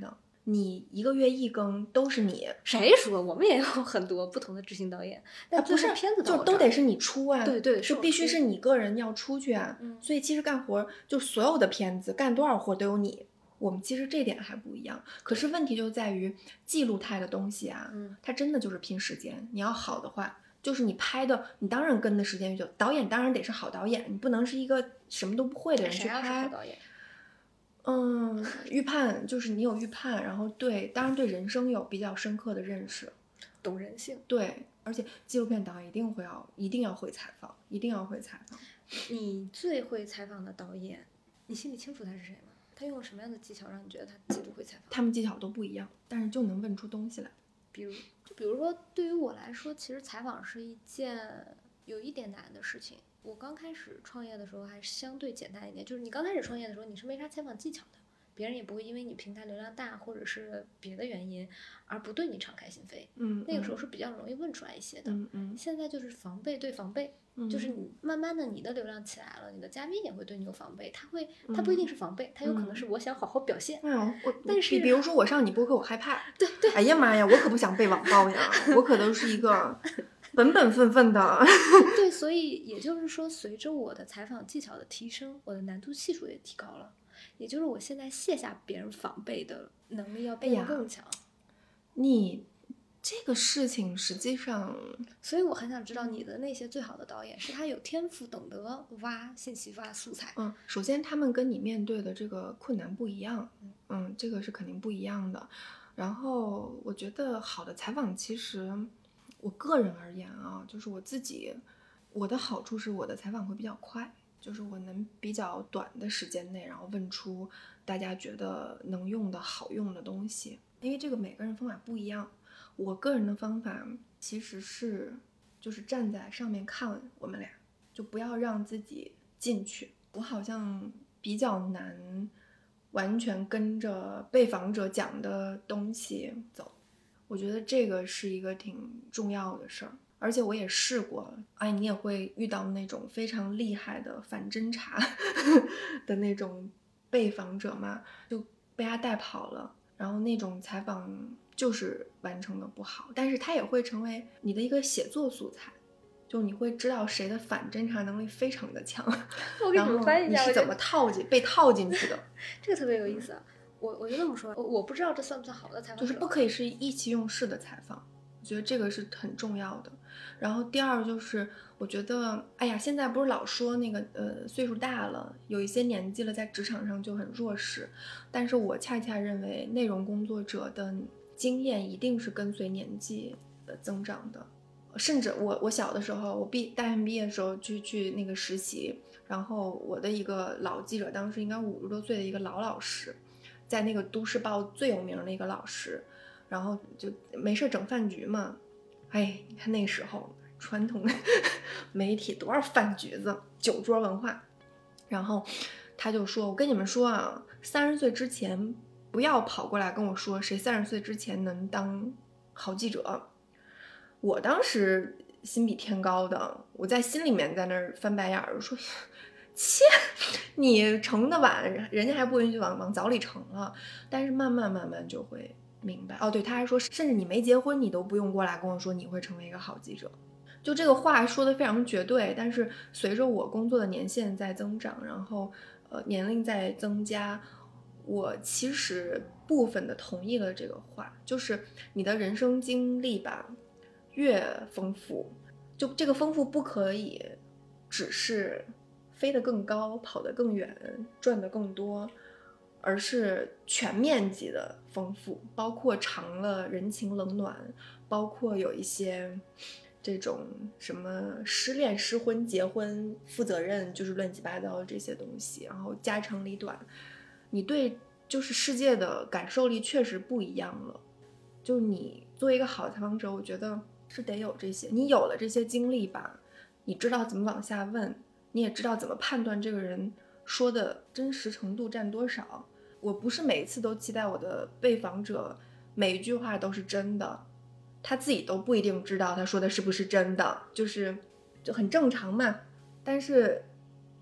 你一个月一更都是你。 谁说？我们也有很多不同的执行导演，但不是片子就都得是你出啊。 对对， 就必须是你个人要出去啊。 嗯， 所以其实干活就所有的片子干多少活都有你。我们其实这点还不一样，可是问题就在于记录态的东西啊， 嗯， 它真的就是拼时间。你要好的话，就是你拍的，你当然跟的时间越久，导演当然得是好导演，你不能是一个什么都不会的人去拍。 谁要是好导演？ 嗯，预判就是你有预判，然后对，当然对人生有比较深刻的认识， 懂人性。 对，而且纪录片导演一定会要，一定要会采访，一定要会采访。 你最会采访的导演，你心里清楚他是谁吗？他用了什么样的技巧让你觉得他极度会采访？ 他们技巧都不一样，但是就能问出东西来。 比如，就比如说，对于我来说，其实采访是一件有一点难的事情。我刚开始创业的时候还是相对简单一点，就是你刚开始创业的时候，你是没啥采访技巧的，别人也不会因为你平台流量大或者是别的原因而不对你敞开心扉。 嗯， 那个时候是比较容易问出来一些的。 嗯嗯， 现在就是防备对防备。 嗯、 就是你慢慢的你的流量起来了，你的嘉宾也会对你有防备，他会他不一定是防备， 嗯、 他有可能是我想好好表现。 哎呦，我但是比比如说我上你播客我害怕。 对对。 哎呀妈呀，我可不想被网暴呀，我可都是一个本本分分的。 对，所以也就是说，随着我的采访技巧的提升，我的难度系数也提高了，也就是我现在卸下别人防备的能力要变得更强。 你这个事情实际上， 所以我很想知道你的那些最好的导演是他有天赋，懂得挖信息、挖素材。 嗯，首先他们跟你面对的这个困难不一样，嗯，这个是肯定不一样的。然后我觉得好的采访，其实我个人而言啊，就是我自己，我的好处是我的采访会比较快，就是我能比较短的时间内，然后问出大家觉得能用的好用的东西。因为这个每个人方法不一样。我个人的方法其实是就是站在上面看我们俩，就不要让自己进去。我好像比较难完全跟着被访者讲的东西走，我觉得这个是一个挺重要的事儿。而且我也试过，哎，你也会遇到那种非常厉害的反侦查的那种被访者嘛，就被他带跑了，然后那种采访就是完成的不好，但是它也会成为你的一个写作素材，就你会知道谁的反侦查能力非常的强， 我给你们翻译一下， 你是怎么套进被套进去的。 这个特别有意思啊！我我就这么说，我我不知道这算不算好的采访， 就是不可以是意气用事的采访，我觉得这个是很重要的。然后第二就是，我觉得，哎呀，现在不是老说那个呃岁数大了，有一些年纪了，在职场上就很弱势，但是我恰恰认为内容工作者的经验一定是跟随年纪的增长的。甚至我我小的时候，我毕大学毕业的时候去去那个实习，然后我的一个老记者，当时应该五十多岁的一个老老师，在那个都市报最有名的一个老师，然后就没事整饭局嘛。哎，你看那时候传统的媒体多少饭局子，酒桌文化。然后他就说，我跟你们说啊，三十岁之前不要跑过来跟我说谁三十岁之前能当好记者。我当时心比天高的，我在心里面在那儿翻白眼儿，说切，你成的晚，人家还不允许往往早里成了。但是慢慢慢慢就会明白。哦，对，他还说，甚至你没结婚，你都不用过来跟我说你会成为一个好记者。就这个话说的非常绝对，但是随着我工作的年限在增长，然后呃年龄在增加，我其实部分的同意了这个话，就是你的人生经历吧越丰富，就这个丰富不可以只是飞得更高，跑得更远，赚得更多，而是全面级的丰富，包括尝了人情冷暖，包括有一些这种什么失恋、失婚、结婚、负责任，就是乱七八糟的这些东西，然后家长里短，你对就是世界的感受力确实不一样了。就你作为一个好的采访者，我觉得是得有这些，你有了这些经历吧，你知道怎么往下问，你也知道怎么判断这个人说的真实程度占多少。我不是每一次都期待我的被访者每一句话都是真的，他自己都不一定知道他说的是不是真的，就是就很正常嘛。但是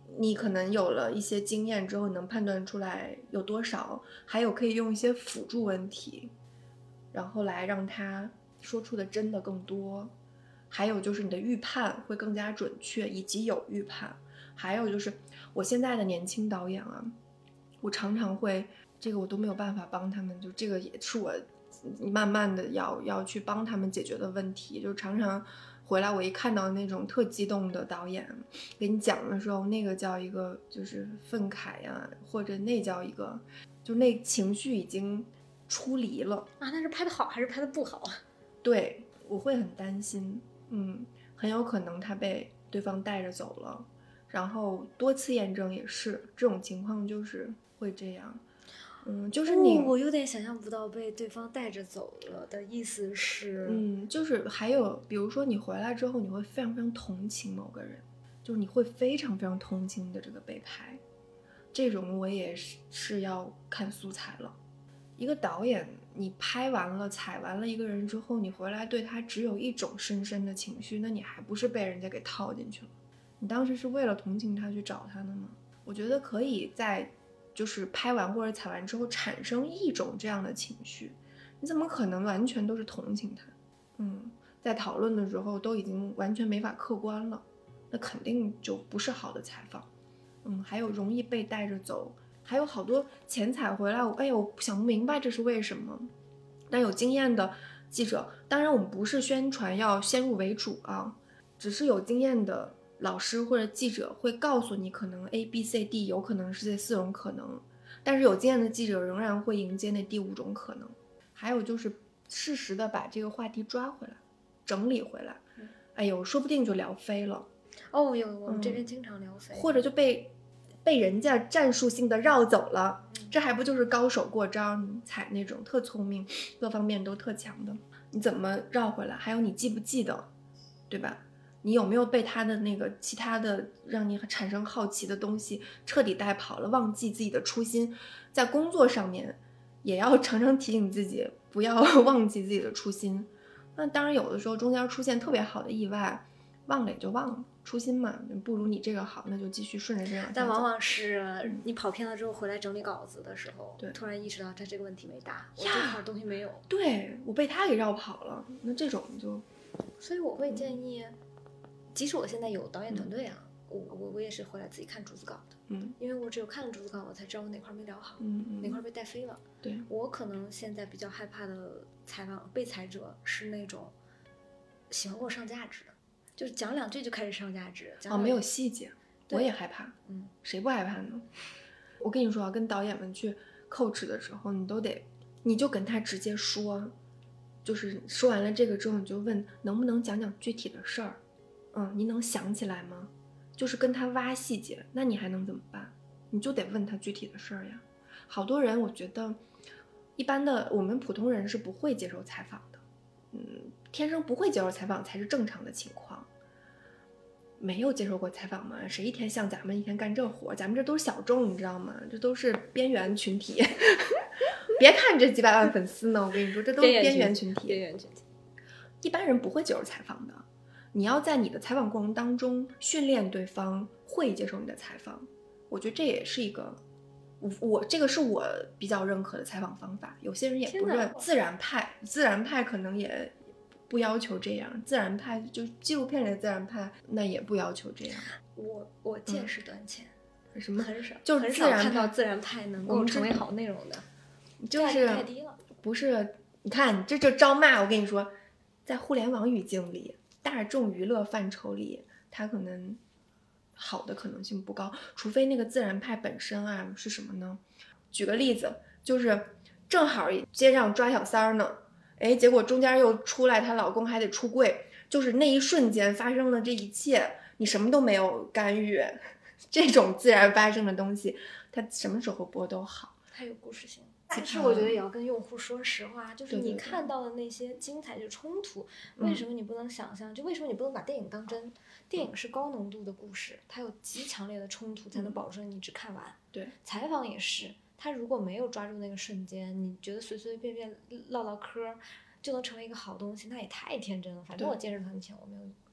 你可能有了一些经验之后能判断出来有多少，还有可以用一些辅助问题，然后来让他说出的真的更多。还有就是你的预判会更加准确，以及有预判。还有就是我现在的年轻导演啊，我常常会这个我都没有办法帮他们，就这个也是我慢慢的要要去帮他们解决的问题。就常常回来我一看到那种特激动的导演给你讲的时候，那个叫一个就是愤慨呀、啊，或者那叫一个就那情绪已经出离了啊。那是拍的好还是拍的不好？ 对，我会很担心。嗯，很有可能他被对方带着走了，然后多次验证也是这种情况，就是会这样。嗯，就是你、 哦、我有点想象不到被对方带着走了的意思是， 嗯，就是还有比如说你回来之后，你会非常非常同情某个人，就是你会非常非常同情的这个被拍，这种我也是是要看素材了。一个导演你拍完了采完了一个人之后，你回来对他只有一种深深的情绪，那你还不是被人家给套进去了？你当时是为了同情他去找他的吗？我觉得可以在就是拍完或者采完之后产生一种这样的情绪，你怎么可能完全都是同情他？嗯，在讨论的时候都已经完全没法客观了，那肯定就不是好的采访。嗯，还有容易被带着走，还有好多前采回来，哎呦，我想不明白这是为什么。但有经验的记者，当然我们不是宣传要先入为主啊，只是有经验的老师或者记者会告诉你，可能 A B C D 有可能是这四种可能，但是有经验的记者仍然会迎接那第五种可能。还有就是适时的把这个话题抓回来，整理回来，哎呦，说不定就聊飞了。 哦，有我们这边经常聊飞、 嗯、或者就被被人家战术性的绕走了，这还不就是高手过招？你踩那种特聪明各方面都特强的，你怎么绕回来？还有你记不记得，对吧？你有没有被他的那个其他的让你产生好奇的东西彻底带跑了，忘记自己的初心？在工作上面也要常常提醒自己不要忘记自己的初心。那当然有的时候中间出现特别好的意外，忘了也就忘了，初心嘛，不如你这个好，那就继续顺着这样。 但往往是你跑偏了之后回来整理稿子的时候，对，突然意识到他这个问题没答，我这块东西没有， 对，我被他给绕跑了，那这种就， 所以我会建议，嗯、即使我现在有导演团队啊，嗯、我我我也是回来自己看逐字稿的， 嗯， 因为我只有看了逐字稿，我才知道我哪块没聊好， 嗯嗯， 哪块被带飞了。 对， 我可能现在比较害怕的采访被采者是那种喜欢给我上价值的。就是讲两句就开始上价值， 哦，没有细节，我也害怕，嗯，谁不害怕呢？我跟你说啊，跟导演们去 coach 的时候，你都得，你就跟他直接说，就是说完了这个之后，你就问能不能讲讲具体的事儿，嗯，你能想起来吗？就是跟他挖细节，那你还能怎么办？你就得问他具体的事儿呀。好多人，我觉得一般的我们普通人是不会接受采访的，嗯，天生不会接受采访才是正常的情况。没有接受过采访吗？谁一天像咱们一天干这活？咱们这都是小众，你知道吗？这都是边缘群体。别看这几百万粉丝呢，我跟你说，这都是边缘群体。 边缘群体， 一般人不会接受采访的。你要在你的采访过程当中训练对方会接受你的采访，我觉得这也是一个，我我这个是我比较认可的采访方法。有些人也不认，自然派，自然派可能也。不要求这样，自然派就纪录片里的自然派，那也不要求这样。 我我见识短浅， 嗯、什么很少， 就是很少看到自然派能够成为好内容的， 就是太低了。 不是，你看这就招骂。我跟你说，在互联网语境里，大众娱乐范畴里，它可能好的可能性不高，除非那个自然派本身啊是什么呢？举个例子，就是正好街上抓小三儿呢。哎，结果中间又出来她老公还得出柜，就是那一瞬间发生了这一切，你什么都没有干预，这种自然发生的东西，它什么时候播都好， 它有故事性。但是我觉得也要跟用户说实话，就是你看到的那些精彩的冲突，对对对，为什么你不能想象、嗯？就为什么你不能把电影当真？电影是高浓度的故事，它有极强烈的冲突，才能保证你只看完。 对、嗯， 采访也是。他如果没有抓住那个瞬间，你觉得随随便便唠唠嗑就能成为一个好东西，那也太天真了。反正我健身团前我没有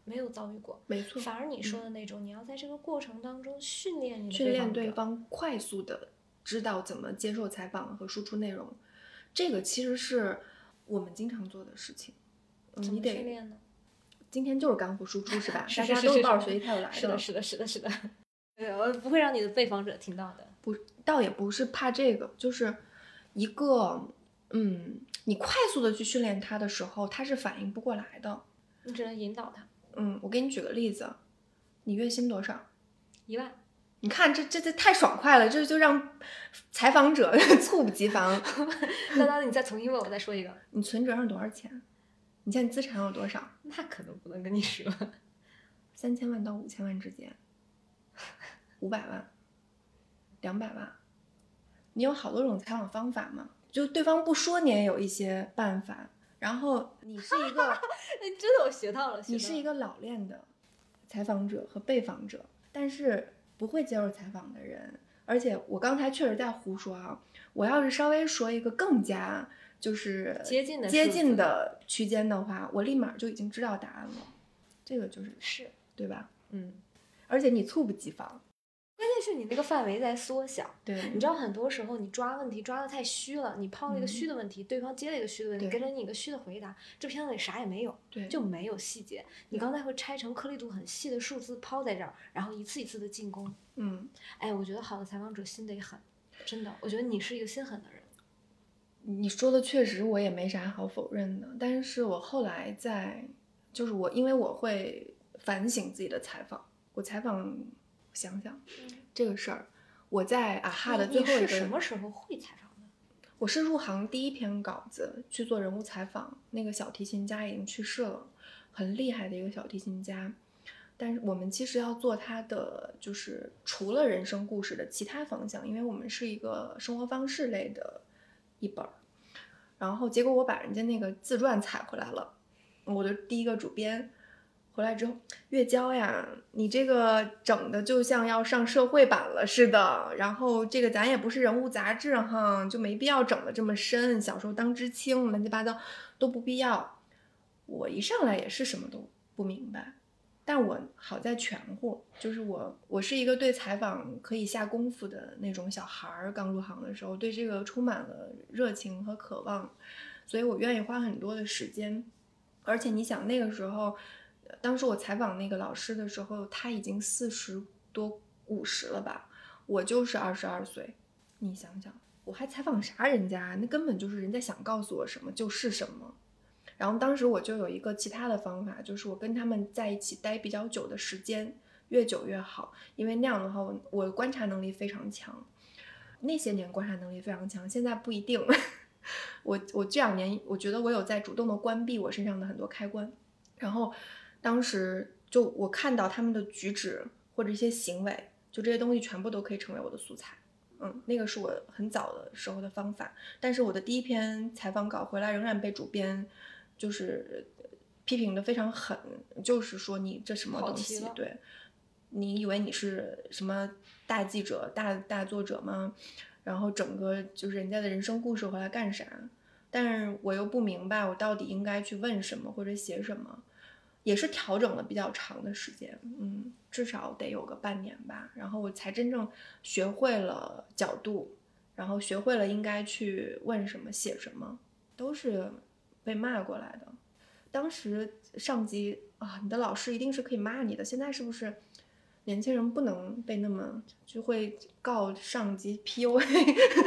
没有遭遇过， 没错。 反而你说的那种，嗯、你要在这个过程当中训练你的训练对方快速的知道怎么接受采访和输出内容，这个其实是我们经常做的事情。 嗯、怎么训练呢？ 今天就是干货输出是吧？ 是大家都是抱着学习态度来的。 是的，是的，是的，是的。对，我不会让你的被访者听到的。 不，倒也不是怕这个，就是一个，嗯，你快速的去训练他的时候，他是反应不过来的。 你只能引导他。 嗯，我给你举个例子，你月薪多少？ 一万。 你看这这这太爽快了，这就让采访者猝不及防。 那那你再重新问我，再说一个。 你存折上多少钱？你现在资产有多少？ 那可能不能跟你说。 三千万到五千万之间。五百万，两百万。你有好多种采访方法嘛？就对方不说，你也有一些办法。然后你是一个， 真的我学到了， 你是一个老练的采访者和被访者，但是不会接受采访的人。而且我刚才确实在胡说啊，我要是稍微说一个更加就是接近的接近的区间的话，我立马就已经知道答案了。这个就是是对吧？ 嗯， 而且你猝不及防。 关键是你那个范围在缩小， 对， 你知道很多时候你抓问题抓得太虚了，你抛了一个虚的问题，嗯、对方接了一个虚的问题，给了你一个虚的回答，这片子里啥也没有， 对， 就没有细节。你刚才会拆成颗粒度很细的数字抛在这儿，然后一次一次的进攻。 嗯， 哎，我觉得好的采访者心得狠，真的，我觉得你是一个心狠的人。 你说的确实，我也没啥好否认的，但是我后来在，就是我因为我会反省自己的采访，我采访。想想、嗯、这个事儿，我在啊哈的最后一个， 你是什么时候会采访的？ 我是入行第一篇稿子去做人物采访，那个小提琴家已经去世了，很厉害的一个小提琴家。但是我们其实要做他的就是除了人生故事的其他方向，因为我们是一个生活方式类的一本。然后结果我把人家那个自传采回来了，我的第一个主编。回来之后，月娇呀，你这个整的就像要上社会版了似的。然后这个咱也不是人物杂志哈，就没必要整的这么深。小时候当知青，乱七八糟都不必要。我一上来也是什么都不明白，但我好在全乎，就是我我是一个对采访可以下功夫的那种小孩儿。刚入行的时候，对这个充满了热情和渴望，所以我愿意花很多的时间。而且你想那个时候。当时我采访那个老师的时候，他已经四十多五十了吧，我就是二十二岁。你想想，我还采访啥人家？那根本就是人家想告诉我什么就是什么。然后当时我就有一个其他的方法，就是我跟他们在一起待比较久的时间，越久越好，因为那样的话我，我观察能力非常强。那些年观察能力非常强，现在不一定。我我这两年，我觉得我有在主动的关闭我身上的很多开关，然后。当时就我看到他们的举止或者一些行为，就这些东西全部都可以成为我的素材。嗯，那个是我很早的时候的方法。但是我的第一篇采访稿回来仍然被主编就是批评的非常狠，就是说你这什么东西？对，你以为你是什么大记者、大大作者吗？然后整个就是人家的人生故事回来干啥？但是我又不明白我到底应该去问什么或者写什么。也是调整了比较长的时间，嗯，至少得有个半年吧，然后我才真正学会了角度，然后学会了应该去问什么写什么，都是被骂过来的。当时上级啊，你的老师一定是可以骂你的，现在是不是年轻人不能被那么就会告上级 P U A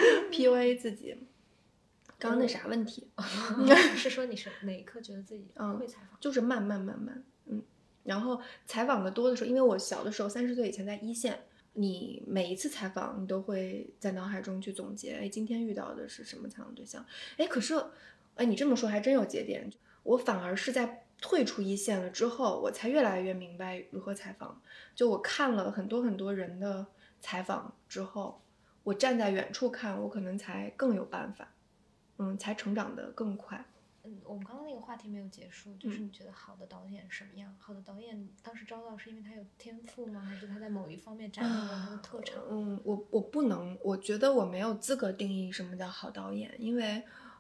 P U A 自己？刚刚那啥问题？ 是说你是哪一刻觉得自己会采访？ 嗯、就是慢慢慢慢，嗯。然后采访的多的时候，因为我小的时候三十岁以前在一线，你每一次采访你都会在脑海中去总结，哎，今天遇到的是什么采访对象？哎，可是，哎，你这么说还真有节点。我反而是在退出一线了之后，我才越来越明白如何采访。就我看了很多很多人的采访之后，我站在远处看，我可能才更有办法。嗯，才成长得更快。 嗯，我们刚刚那个话题没有结束，就是你觉得好的导演什么样？嗯、好的导演当时招到是因为他有天赋吗？还是他在某一方面展现了他的特长？ 嗯，我我不能，我觉得我没有资格定义什么叫好导演，因为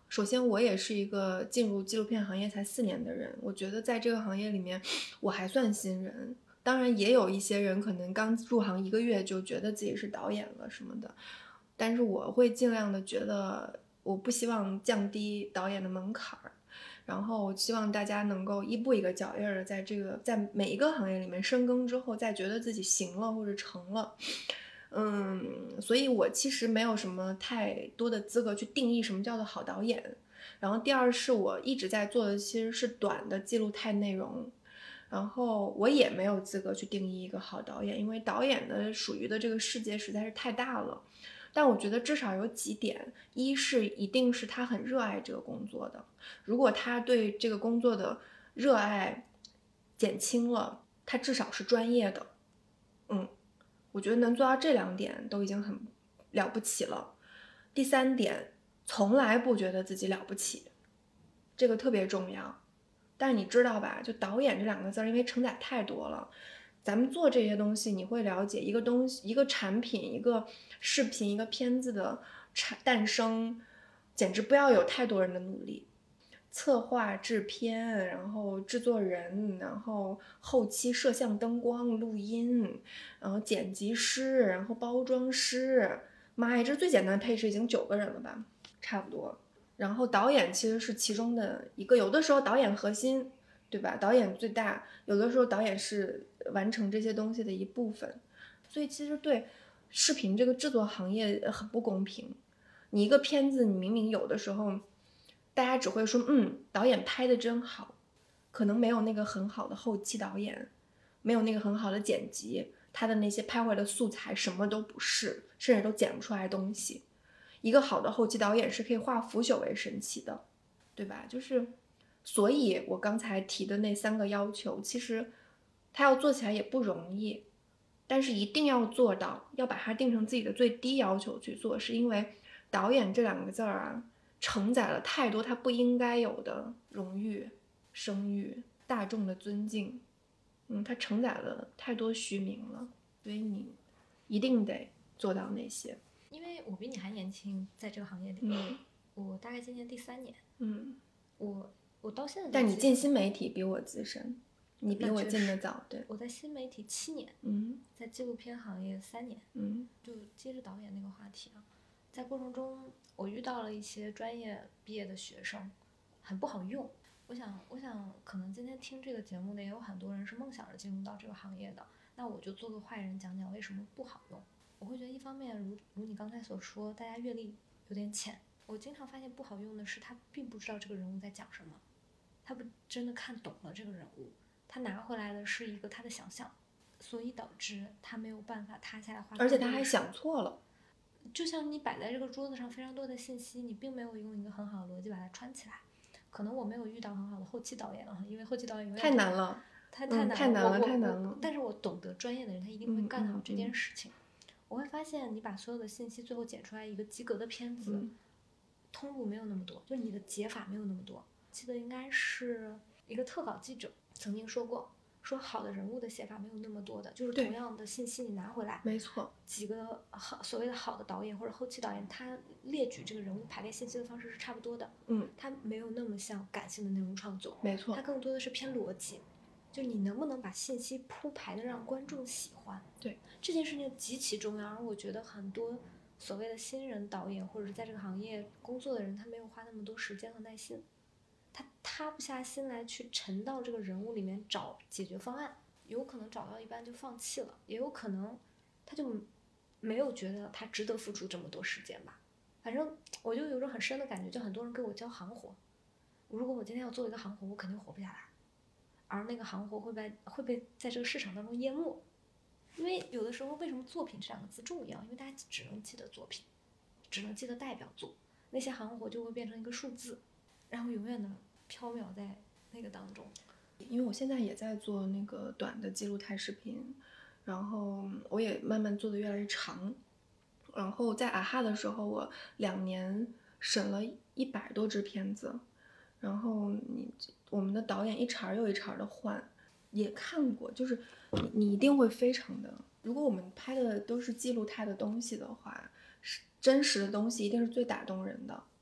首先我也是一个进入纪录片行业才四年的人，我觉得在这个行业里面我还算新人，当然也有一些人可能刚入行一个月就觉得自己是导演了什么的，但是我会尽量的觉得我不希望降低导演的门槛儿，然后希望大家能够一步一个脚印儿，在这个在每一个行业里面深耕之后，再觉得自己行了或者成了。嗯，所以我其实没有什么太多的资格去定义什么叫做好导演。然后第二是我一直在做的其实是短的记录态内容，然后我也没有资格去定义一个好导演，因为导演的属于的这个世界实在是太大了。但我觉得至少有几点，一是一定是他很热爱这个工作的，如果他对这个工作的热爱减轻了，他至少是专业的。嗯，我觉得能做到这两点都已经很了不起了。第三点，从来不觉得自己了不起，这个特别重要。但是你知道吧，就导演这两个字，因为承载太多了，咱们做这些东西，你会了解一个东西、一个产品、一个视频、一个片子的产诞生，简直不要有太多人的努力。策划、制片，然后制作人，然后后期摄像、灯光、录音，然后剪辑师，然后包装师，妈呀，这最简单的配饰已经九个人了吧，差不多。然后导演其实是其中的一个，有的时候导演核心，对吧？导演最大，有的时候导演是完成这些东西的一部分。所以其实对视频这个制作行业很不公平。你一个片子，你明明有的时候大家只会说，嗯，导演拍的真好，可能没有那个很好的后期导演，没有那个很好的剪辑，他的那些拍回来的素材什么都不是，甚至都剪不出来东西。一个好的后期导演是可以化腐朽为神奇的，对吧？就是，所以我刚才提的那三个要求，其实他要做起来也不容易，但是一定要做到，要把它定成自己的最低要求去做，是因为导演这两个字儿啊，承载了太多他不应该有的荣誉、声誉、大众的尊敬，嗯，它承载了太多虚名了，所以你一定得做到那些。 因为我比你还年轻，在这个行业里， 嗯， 我大概今年第三年， 嗯， 我我到现在， 但你进新媒体比我资深，你比我进的早，对， 我在新媒体七年， 嗯， 在纪录片行业三年， 嗯， 就接着导演那个话题啊，在过程中我遇到了一些专业毕业的学生，很不好用。我想，我想可能今天听这个节目的也有很多人是梦想着进入到这个行业的，那我就做个坏人，讲讲为什么不好用。我会觉得一方面如如你刚才所说，大家阅历有点浅，我经常发现不好用的是他并不知道这个人物在讲什么，他不真的看懂了这个人物，他拿回来的是一个他的想象，所以导致他没有办法塌下来画。 而且他还想错了。 就像你摆在这个桌子上非常多的信息，你并没有用一个很好的逻辑把它串起来。可能我没有遇到很好的后期导演了，因为后期导演太难了， 太太难了， 嗯、太难了， 我太难了。 但是我懂得专业的人，他一定会干好这件事情。 嗯嗯嗯、 我会发现，你把所有的信息最后剪出来一个及格的片子， 嗯、 通路没有那么多，就你的解法没有那么多。记得应该是一个特稿记者曾经说过，说好的人物的写法没有那么多的，就是同样的信息你拿回来， 没错， 几个好所谓的好的导演或者后期导演，他列举这个人物排列信息的方式是差不多的， 嗯， 他没有那么像感性的内容创作， 没错， 他更多的是偏逻辑，就你能不能把信息铺排的让观众喜欢， 对， 这件事情极其重要。而我觉得很多所谓的新人导演或者是在这个行业工作的人，他没有花那么多时间和耐心，他塌不下心来去沉到这个人物里面找解决方案，有可能找到一半就放弃了，也有可能他就没有觉得他值得付出这么多时间吧。反正我就有种很深的感觉，就很多人给我教行活，如果我今天要做一个行活，我肯定活不下来，而那个行活会被会被在这个市场当中淹没。因为有的时候为什么作品这两个字重要，因为大家只能记得作品，只能记得代表作，那些行活就会变成一个数字，然后永远的飘渺在那个当中。 因为我现在也在做那个短的记录态视频，然后我也慢慢做的越来越长，然后在啊哈的时候，我两年审了一百多支片子，然后你我们的导演一茬又一茬的换，也看过，就是你你一定会非常的，如果我们拍的都是记录态的东西的话，是真实的东西一定是最打动人的。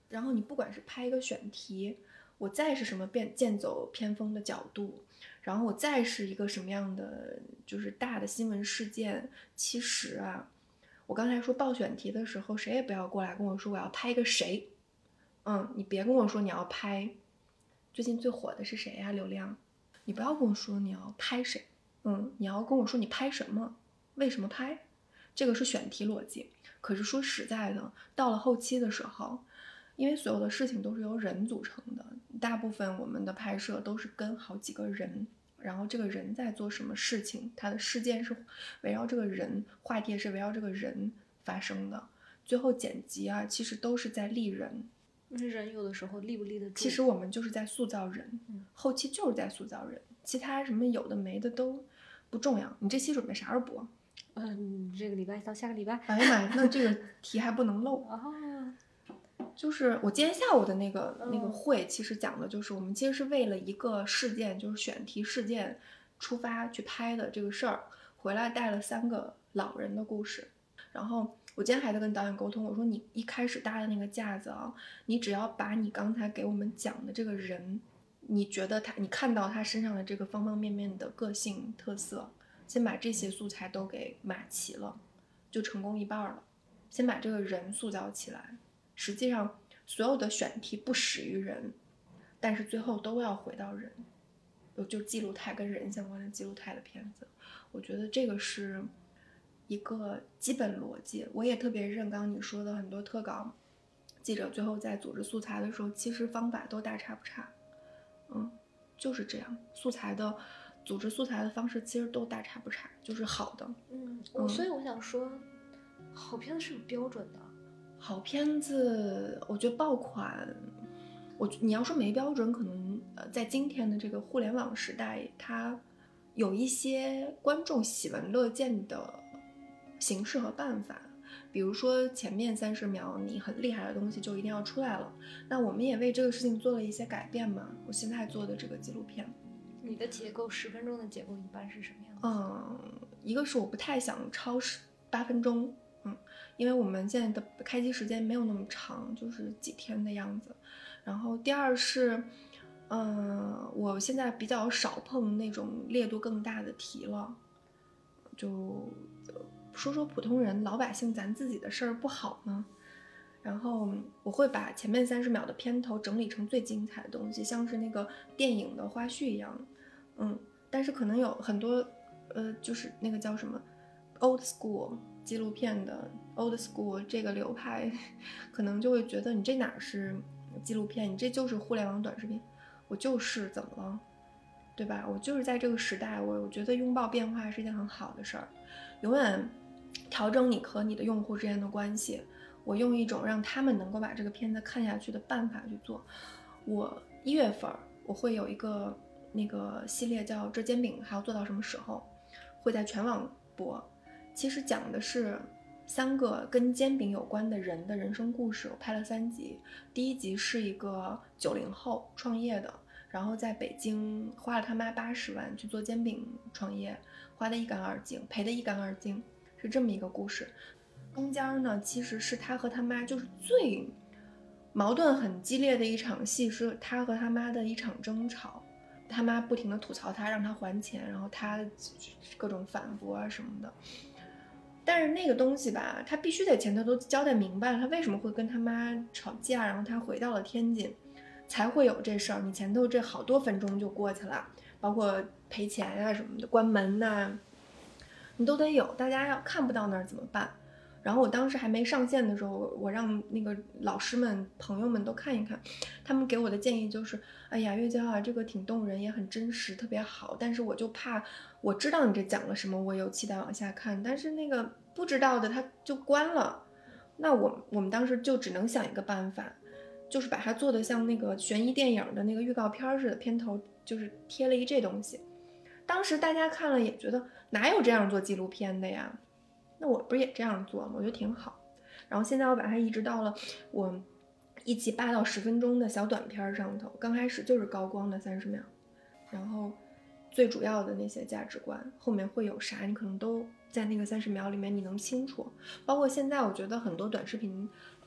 然后你不管是拍一个选题，我再是什么变剑走偏锋的角度，然后我再是一个什么样的就是大的新闻事件，其实啊，我刚才说报选题的时候，谁也不要过来跟我说我要拍一个谁，嗯，你别跟我说你要拍最近最火的是谁呀、啊，流量，你不要跟我说你要拍谁，嗯，你要跟我说你拍什么，为什么拍，这个是选题逻辑。可是说实在的，到了后期的时候，因为所有的事情都是由人组成的，大部分我们的拍摄都是跟好几个人，然后这个人在做什么事情，他的事件是围绕这个人，话题也是围绕这个人发生的，最后剪辑啊，其实都是在立人。 人有的时候立不立得住， 其实我们就是在塑造人， 嗯、 后期就是在塑造人，其他什么有的没的都不重要。你这期准备啥时候播？ 嗯，这个礼拜到下个礼拜。 哎呀妈呀，那这个题还不能漏啊！ 就是我今天下午的那个、嗯、那个会，其实讲的就是我们其实是为了一个事件，就是选题事件出发去拍的这个事儿，回来带了三个老人的故事，然后。我今天还在跟导演沟通，我说你一开始搭的那个架子啊，你只要把你刚才给我们讲的这个人，你觉得他，你看到他身上的这个方方面面的个性特色，先把这些素材都给码齐了，就成功一半了。先把这个人塑造起来，实际上所有的选题不始于人，但是最后都要回到人，就记录态跟人相关的记录态的片子，我觉得这个是。一个基本逻辑，我也特别认刚你说的很多特稿记者最后在组织素材的时候，其实方法都大差不差，嗯，就是这样，素材的组织素材的方式其实都大差不差，就是好的。 嗯，我所以我想说，好片子是有标准的。 好片子，我觉得爆款，我你要说没标准，可能呃在今天的这个互联网时代，它有一些观众喜闻乐见的。形式和办法，比如说前面三十秒你很厉害的东西就一定要出来了，那我们也为这个事情做了一些改变嘛。我现在做的这个纪录片， 你的结构十分钟的结构一般是什么样子？ 嗯，一个是我不太想超时八分钟，嗯，因为我们现在的开机时间没有那么长，就是几天的样子。然后第二是，嗯，我现在比较少碰那种烈度更大的题了，就。说说普通人老百姓咱自己的事儿不好吗？然后我会把前面三十秒的片头整理成最精彩的东西，像是那个电影的花絮一样，嗯，但是可能有很多呃就是那个叫什么 old school 纪录片的 old school 这个流派可能就会觉得你这哪是纪录片，你这就是互联网短视频。我就是怎么了，对吧？我就是在这个时代，我我觉得拥抱变化是一件很好的事儿，永远调整你和你的用户之间的关系，我用一种让他们能够把这个片子看下去的办法去做。我一月份我会有一个那个系列叫这煎饼还要做到什么时候，会在全网播，其实讲的是三个跟煎饼有关的人的人生故事，我拍了三集。第一集是一个九零后创业的，然后在北京花了他妈八十万去做煎饼创业，花得一干二净，赔得一干二净，是这么一个故事。中间呢，其实是他和他妈就是最矛盾很激烈的一场戏，是他和他妈的一场争吵，他妈不停地吐槽他，让他还钱，然后他各种反驳啊什么的。但是那个东西吧，他必须得前头都交代明白了，他为什么会跟他妈吵架，然后他回到了天津，才会有这事儿。你前头这好多分钟就过去了，包括赔钱啊什么的，关门呐、啊，你都得有。大家要看不到那儿怎么办？然后我当时还没上线的时候，我让那个老师们、朋友们都看一看，他们给我的建议就是：哎呀，月娇啊，这个挺动人，也很真实，特别好。但是我就怕，我知道你这讲了什么，我有期待往下看，但是那个不知道的他就关了。那我我们当时就只能想一个办法，就是把它做的像那个悬疑电影的那个预告片似的，片头就是贴了一这东西。当时大家看了也觉得哪有这样做纪录片的呀？那我不是也这样做吗？我觉得挺好。然后现在我把它移植到了我一集八到十分钟的小短片上头。刚开始就是高光的三十秒，然后最主要的那些价值观后面会有啥，你可能都在那个三十秒里面你能清楚。包括现在我觉得很多短视频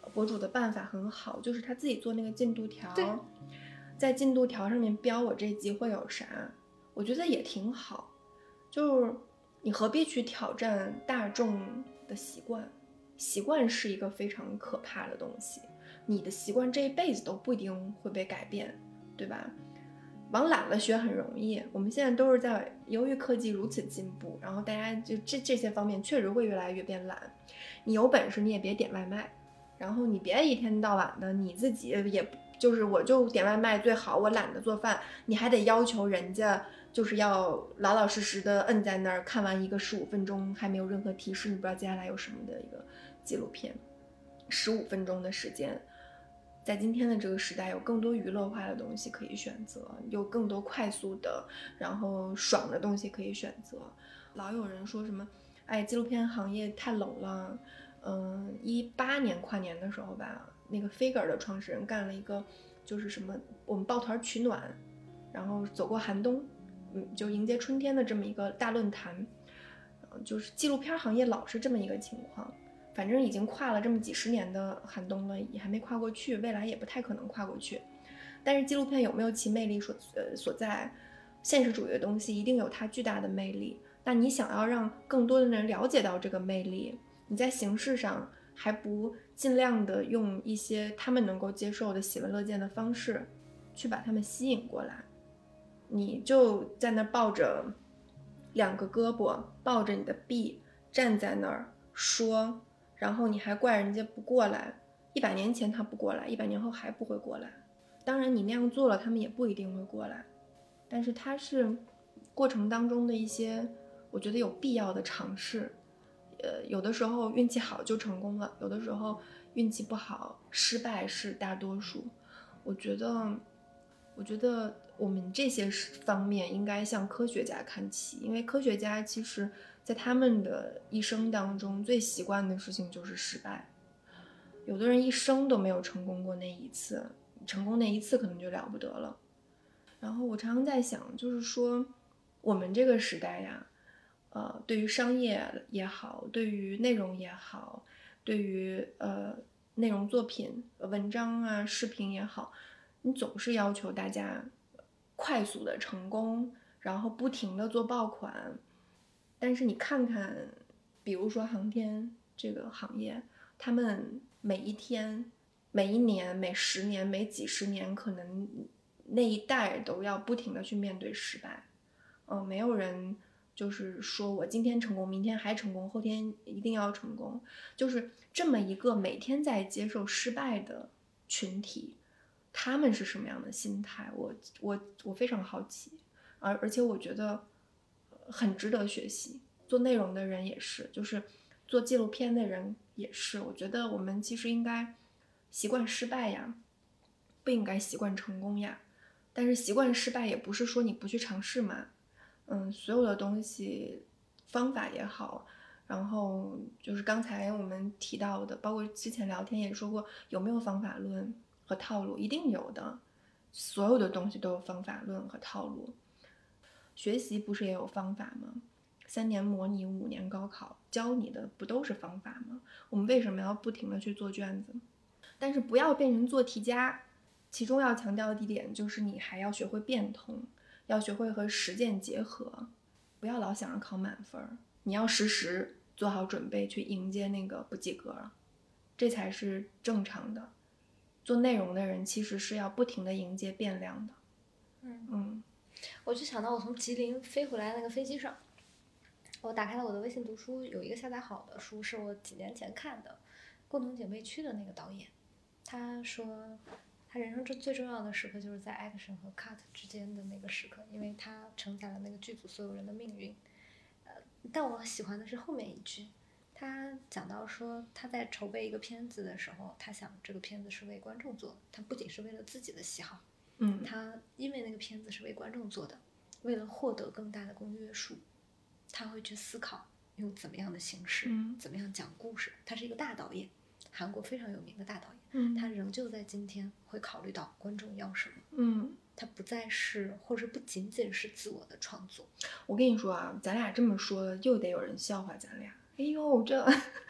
博主的办法很好，就是他自己做那个进度条，在进度条上面标我这集会有啥，我觉得也挺好。就是你何必去挑战大众的习惯？习惯是一个非常可怕的东西，你的习惯这一辈子都不一定会被改变，对吧？往懒了学很容易，我们现在都是在由于科技如此进步，然后大家就这这些方面确实会越来越变懒。你有本事你也别点外卖，然后你别一天到晚的你自己也就是我就点外卖最好，我懒得做饭，你还得要求人家就是要老老实实的摁在那儿看完一个十五分钟还没有任何提示，你不知道接下来有什么的一个纪录片，十五分钟的时间。在今天的这个时代，有更多娱乐化的东西可以选择，有更多快速的然后爽的东西可以选择。老有人说什么哎纪录片行业太冷了，嗯，一八年跨年的时候吧，那个 Figure 的创始人干了一个就是什么我们抱团取暖，然后走过寒冬，嗯，就迎接春天的这么一个大论坛。就是纪录片行业老是这么一个情况，反正已经跨了这么几十年的寒冬了，也还没跨过去，未来也不太可能跨过去。但是纪录片有没有其魅力所呃所在？现实主义的东西一定有它巨大的魅力。那你想要让更多的人了解到这个魅力，你在形式上还不尽量的用一些他们能够接受的喜闻乐见的方式去把他们吸引过来，你就在那抱着两个胳膊，抱着你的臂站在那儿说，然后你还怪人家不过来。一百年前他不过来，一百年后还不会过来。当然你那样做了，他们也不一定会过来，但是它是过程当中的一些我觉得有必要的尝试。呃，有的时候运气好就成功了，有的时候运气不好，失败是大多数。我觉得我觉得我们这些方面应该向科学家看齐，因为科学家其实在他们的一生当中最习惯的事情就是失败。有的人一生都没有成功过那一次，成功那一次可能就了不得了。然后我常常在想，就是说我们这个时代呀，呃，对于商业也好，对于内容也好，对于呃内容作品、文章啊、视频也好，你总是要求大家快速的成功，然后不停的做爆款。但是你看看，比如说航天这个行业，他们每一天、每一年、每十年、每几十年，可能那一代都要不停的去面对失败。嗯，没有人就是说我今天成功，明天还成功，后天一定要成功。就是这么一个每天在接受失败的群体，他们是什么样的心态？我我我非常好奇，而而且我觉得很值得学习。做内容的人也是，就是做纪录片的人也是。我觉得我们其实应该习惯失败呀，不应该习惯成功呀。但是习惯失败也不是说你不去尝试嘛。嗯，所有的东西，方法也好，然后就是刚才我们提到的，包括之前聊天也说过，有没有方法论和套路？一定有的，所有的东西都有方法论和套路。学习不是也有方法吗？三年模拟，五年高考，教你的不都是方法吗？我们为什么要不停的去做卷子？但是不要变成做题家，其中要强调的一点就是你还要学会变通，要学会和实践结合，不要老想着考满分，你要时时做好准备去迎接那个不及格，这才是正常的。做内容的人其实是要不停的迎接变量的。 嗯嗯， 我就想到我从吉林飞回来那个飞机上，我打开了我的微信读书，有一个下载好的书是我几年前看的，共同警备区的那个导演，他说他人生中最重要的时刻就是在 action 和 cut 之间的那个时刻，因为他承载了那个剧组所有人的命运。呃，但我喜欢的是后面一句，他讲到说他在筹备一个片子的时候，他想这个片子是为观众做的，他不仅是为了自己的喜好， 嗯， 他因为那个片子是为观众做的，为了获得更大的公约数，他会去思考用怎么样的形式， 嗯， 怎么样讲故事。他是一个大导演，韩国非常有名的大导演， 嗯， 他仍旧在今天会考虑到观众要什么， 嗯， 他不再是，或者不仅仅是自我的创作。 我跟你说啊，咱俩这么说又得有人笑话咱俩。哎呦，这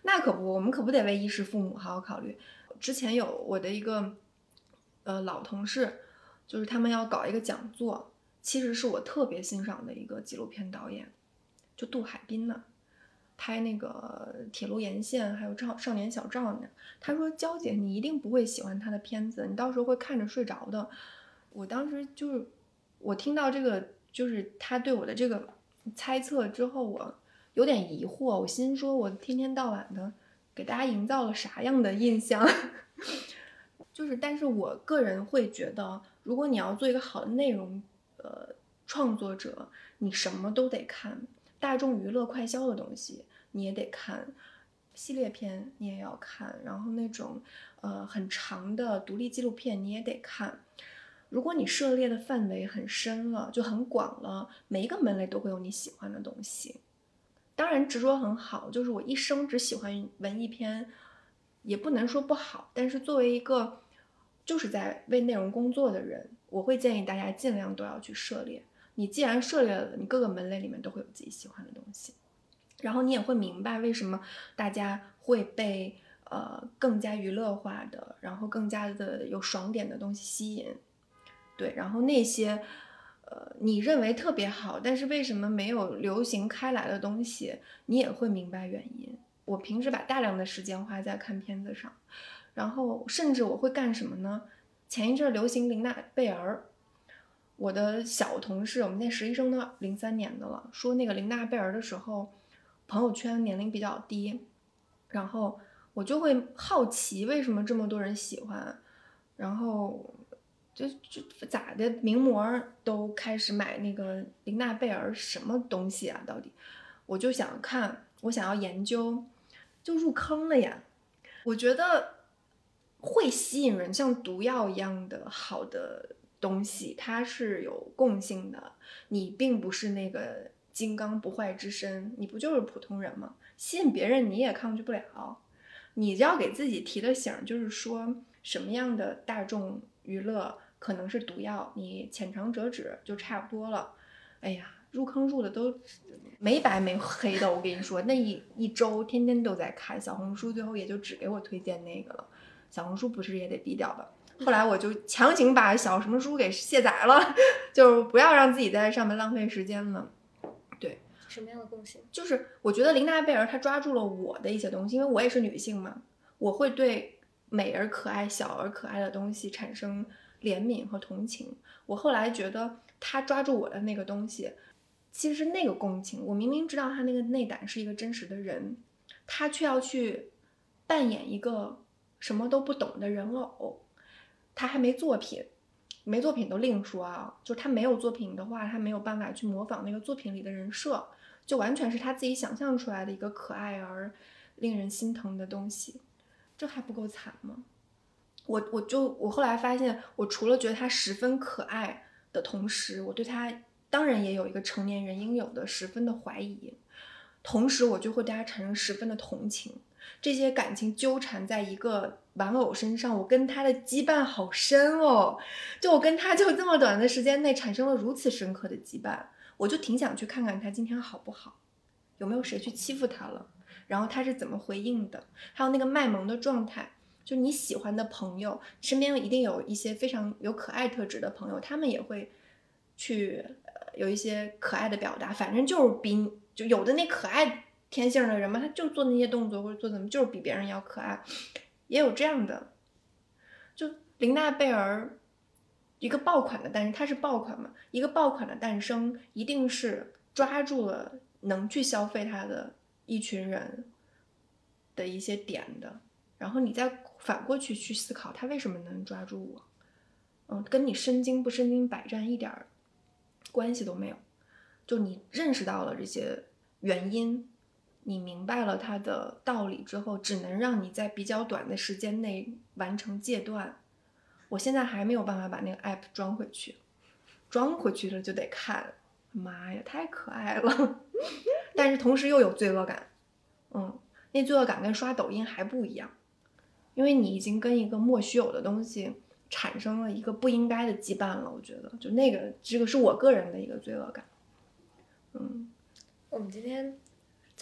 那可不，我们可不得为衣食父母好好考虑。之前有我的一个呃老同事，就是他们要搞一个讲座，其实是我特别欣赏的一个纪录片导演，就杜海滨呢，拍那个铁路沿线还有少少年小赵呢。他说娇姐你一定不会喜欢他的片子，你到时候会看着睡着的。我当时就是我听到这个就是他对我的这个猜测之后，我有点疑惑，我心说我天天到晚的给大家营造了啥样的印象？就是但是我个人会觉得，如果你要做一个好的内容呃创作者，你什么都得看，大众娱乐快消的东西你也得看，系列片你也要看，然后那种呃很长的独立纪录片你也得看。如果你涉猎的范围很深了，就很广了，每一个门类都会有你喜欢的东西。当然执着很好，就是我一生只喜欢文艺片也不能说不好，但是作为一个就是在为内容工作的人，我会建议大家尽量都要去涉猎。你既然涉猎了，你各个门类里面都会有自己喜欢的东西，然后你也会明白为什么大家会被呃更加娱乐化的，然后更加的有爽点的东西吸引。对，然后那些呃你认为特别好，但是为什么没有流行开来的东西，你也会明白原因。我平时把大量的时间花在看片子上，然后甚至我会干什么呢？前一阵流行琳娜贝儿，我的小同事，我们那实习生都零三年的了，说那个琳娜贝儿的时候，朋友圈年龄比较低，然后我就会好奇为什么这么多人喜欢，然后就就咋的，名模都开始买那个琳娜贝儿什么东西啊？到底，我就想看，我想要研究，就入坑了呀。我觉得会吸引人，像毒药一样的好的东西，它是有共性的。你并不是那个金刚不坏之身，你不就是普通人吗？吸引别人你也抗拒不了。你要给自己提的醒，就是说什么样的大众娱乐可能是毒药，你浅尝辄止就差不多了。哎呀，入坑入的都没白没黑的，我跟你说，那一一周天天都在看小红书，最后也就只给我推荐那个了。小红书不是也得低调吧？后来我就强行把小什么书给卸载了，就是不要让自己在上面浪费时间了。对， 什么样的共性？ 就是我觉得琳娜贝尔她抓住了我的一些东西，因为我也是女性嘛，我会对美而可爱、小而可爱的东西产生怜悯和同情。我后来觉得她抓住我的那个东西，其实是那个共情。我明明知道她那个内胆是一个真实的人，她却要去扮演一个什么都不懂的人偶。她还没作品，没作品都另说啊，就她没有作品的话，她没有办法去模仿那个作品里的人设，就完全是她自己想象出来的一个可爱而令人心疼的东西。这还不够惨吗？我我就我后来发现，我除了觉得她十分可爱的同时，我对她当然也有一个成年人应有的十分的怀疑，同时我就会对她产生十分的同情。这些感情纠缠在一个玩偶身上，我跟他的羁绊好深哦，就我跟他就这么短的时间内产生了如此深刻的羁绊，我就挺想去看看他今天好不好，有没有谁去欺负他了，然后他是怎么回应的，还有那个卖萌的状态。就你喜欢的朋友身边一定有一些非常有可爱特质的朋友，他们也会去、呃、有一些可爱的表达，反正就是比就有的那可爱天性的人嘛，他就做那些动作或者做怎么就是比别人要可爱，也有这样的。就琳娜贝儿一个爆款的诞生，它是爆款嘛，一个爆款的诞生一定是抓住了能去消费它的一群人的一些点的，然后你再反过去去思考他为什么能抓住我，嗯，跟你身经不身经百战一点关系都没有，就你认识到了这些原因，你明白了它的道理之后，只能让你在比较短的时间内完成戒断。我现在还没有办法把那个 app 装回去，装回去了就得看，妈呀，太可爱了，但是同时又有罪恶感。嗯，那罪恶感跟刷抖音还不一样，因为你已经跟一个莫须有的东西产生了一个不应该的羁绊了。我觉得就那个这个是我个人的一个罪恶感。嗯， 我们今天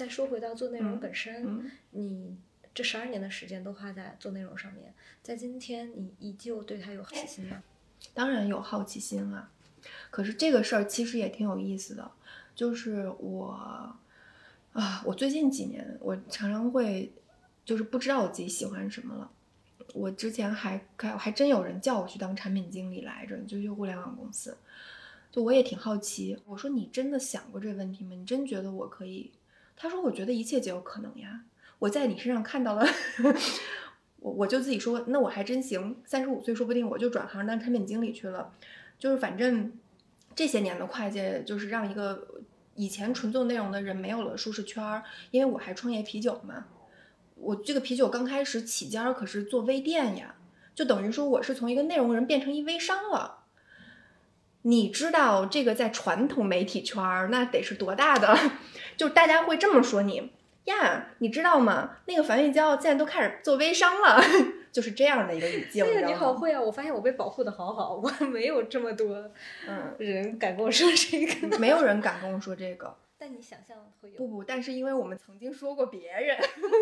再说回到做内容本身， 嗯嗯、 你这十二年的时间都花在做内容上面，在今天你依旧对它有好奇心吗？ 当然有好奇心啊，可是这个事儿其实也挺有意思的，就是我啊，我最近几年我常常会就是不知道我自己喜欢什么了。我之前还还还真有人叫我去当产品经理来着，就去互联网公司，就我也挺好奇。我说你真的想过这个问题吗？你真觉得我可以？他说我觉得一切皆有可能呀。我在你身上看到了，我我就自己说，那我还真行。三十五岁说不定我就转行当产品经理去了。就是反正这些年的跨界，就是让一个以前纯做内容的人没有了舒适圈，因为我还创业啤酒嘛。我这个啤酒刚开始起家可是做微店呀，就等于说我是从一个内容人变成一微商了。你知道这个在传统媒体圈那得是多大的，就是大家会这么说你呀，你知道吗？那个樊玉娇现在都开始做微商了，就是这样的一个语境。 哎呀，你好会啊！我发现我被保护的好好，我没有这么多嗯人敢跟我说这个， 嗯、没有人敢跟我说这个。 但你想象会有？ 不不，但是因为我们曾经说过别人，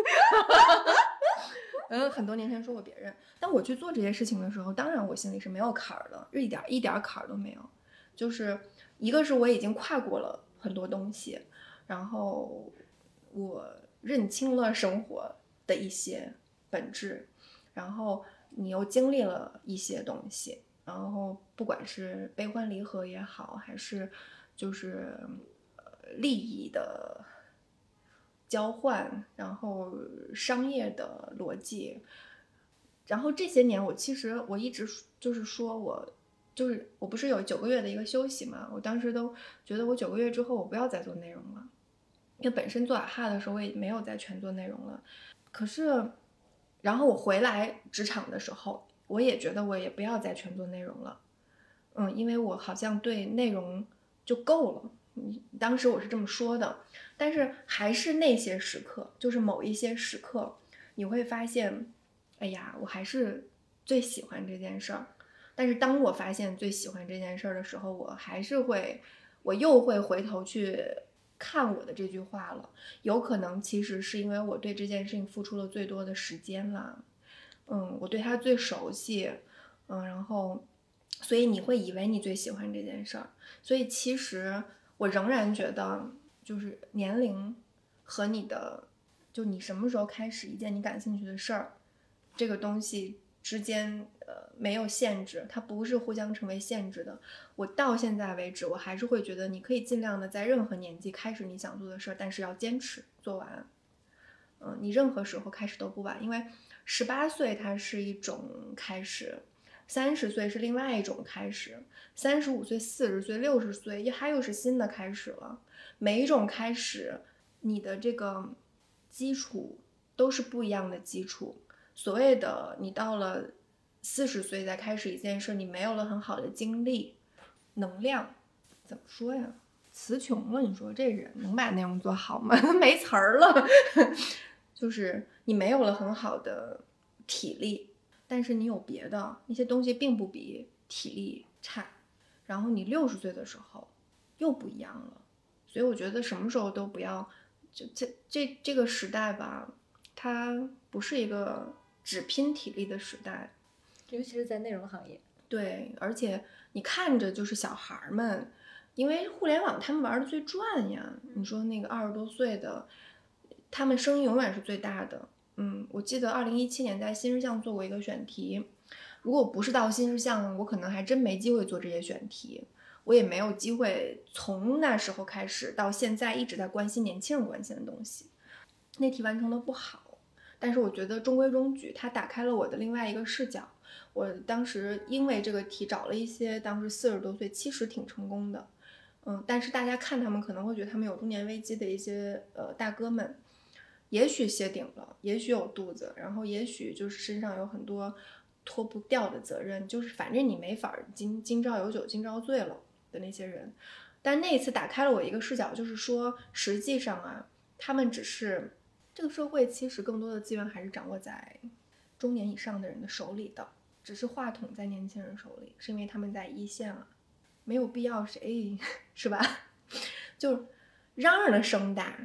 嗯，很多年前说过别人。但我去做这些事情的时候，当然我心里是没有坎儿的，一点一点坎儿都没有。就是一个是我已经跨过了很多东西，然后我认清了生活的一些本质，然后你又经历了一些东西，然后不管是悲欢离合也好，还是就是利益的交换，然后商业的逻辑，然后这些年我其实我一直就是说我就是我不是有九个月的一个休息嘛，我当时都觉得我九个月之后我不要再做内容了，因为本身做啊哈的时候我也没有再全做内容了，可是然后我回来职场的时候我也觉得我也不要再全做内容了，嗯，因为我好像对内容就够了。当时我是这么说的，但是还是那些时刻，就是某一些时刻，你会发现，哎呀，我还是最喜欢这件事儿。但是当我发现最喜欢这件事儿的时候，我还是会，我又会回头去看我的这句话了。有可能其实是因为我对这件事情付出了最多的时间了，嗯，我对它最熟悉，嗯，然后，所以你会以为你最喜欢这件事儿，所以其实。我仍然觉得，就是年龄和你的，就你什么时候开始一件你感兴趣的事儿，这个东西之间，呃，没有限制，它不是互相成为限制的。我到现在为止，我还是会觉得，你可以尽量的在任何年纪开始你想做的事儿，但是要坚持做完。嗯、呃，你任何时候开始都不晚，因为十八岁它是一种开始。三十岁是另外一种开始，三十五岁、四十岁、六十岁，也还有是新的开始了。每一种开始，你的这个基础都是不一样的基础。所谓的你到了四十岁再开始一件事，你没有了很好的精力、能量，怎么说呀？词穷了，你说这人能把内容做好吗？没词儿了，就是你没有了很好的体力。但是你有别的那些东西并不比体力差，然后你六十岁的时候又不一样了，所以我觉得什么时候都不要，就这这这个时代吧，它不是一个只拼体力的时代， 尤其是在内容行业。 对，而且你看着就是小孩们，因为互联网他们玩的最赚呀，你说那个二十多岁的，他们声音永远是最大的。嗯，我记得二零一七年在新日向做过一个选题，如果不是到新日向，我可能还真没机会做这些选题，我也没有机会从那时候开始到现在一直在关心年轻人关心的东西。那题完成的不好，但是我觉得中规中矩，它打开了我的另外一个视角。我当时因为这个题找了一些当时四十多岁，其实挺成功的，嗯，但是大家看他们可能会觉得他们有中年危机的一些呃大哥们。也许谢顶了，也许有肚子，然后也许就是身上有很多脱不掉的责任，就是反正你没法今今朝有酒今朝醉了的那些人。但那一次打开了我一个视角，就是说实际上啊，他们只是这个社会其实更多的资源还是掌握在中年以上的人的手里的，只是话筒在年轻人手里，是因为他们在一线啊，没有必要谁是吧？就嚷嚷的声大，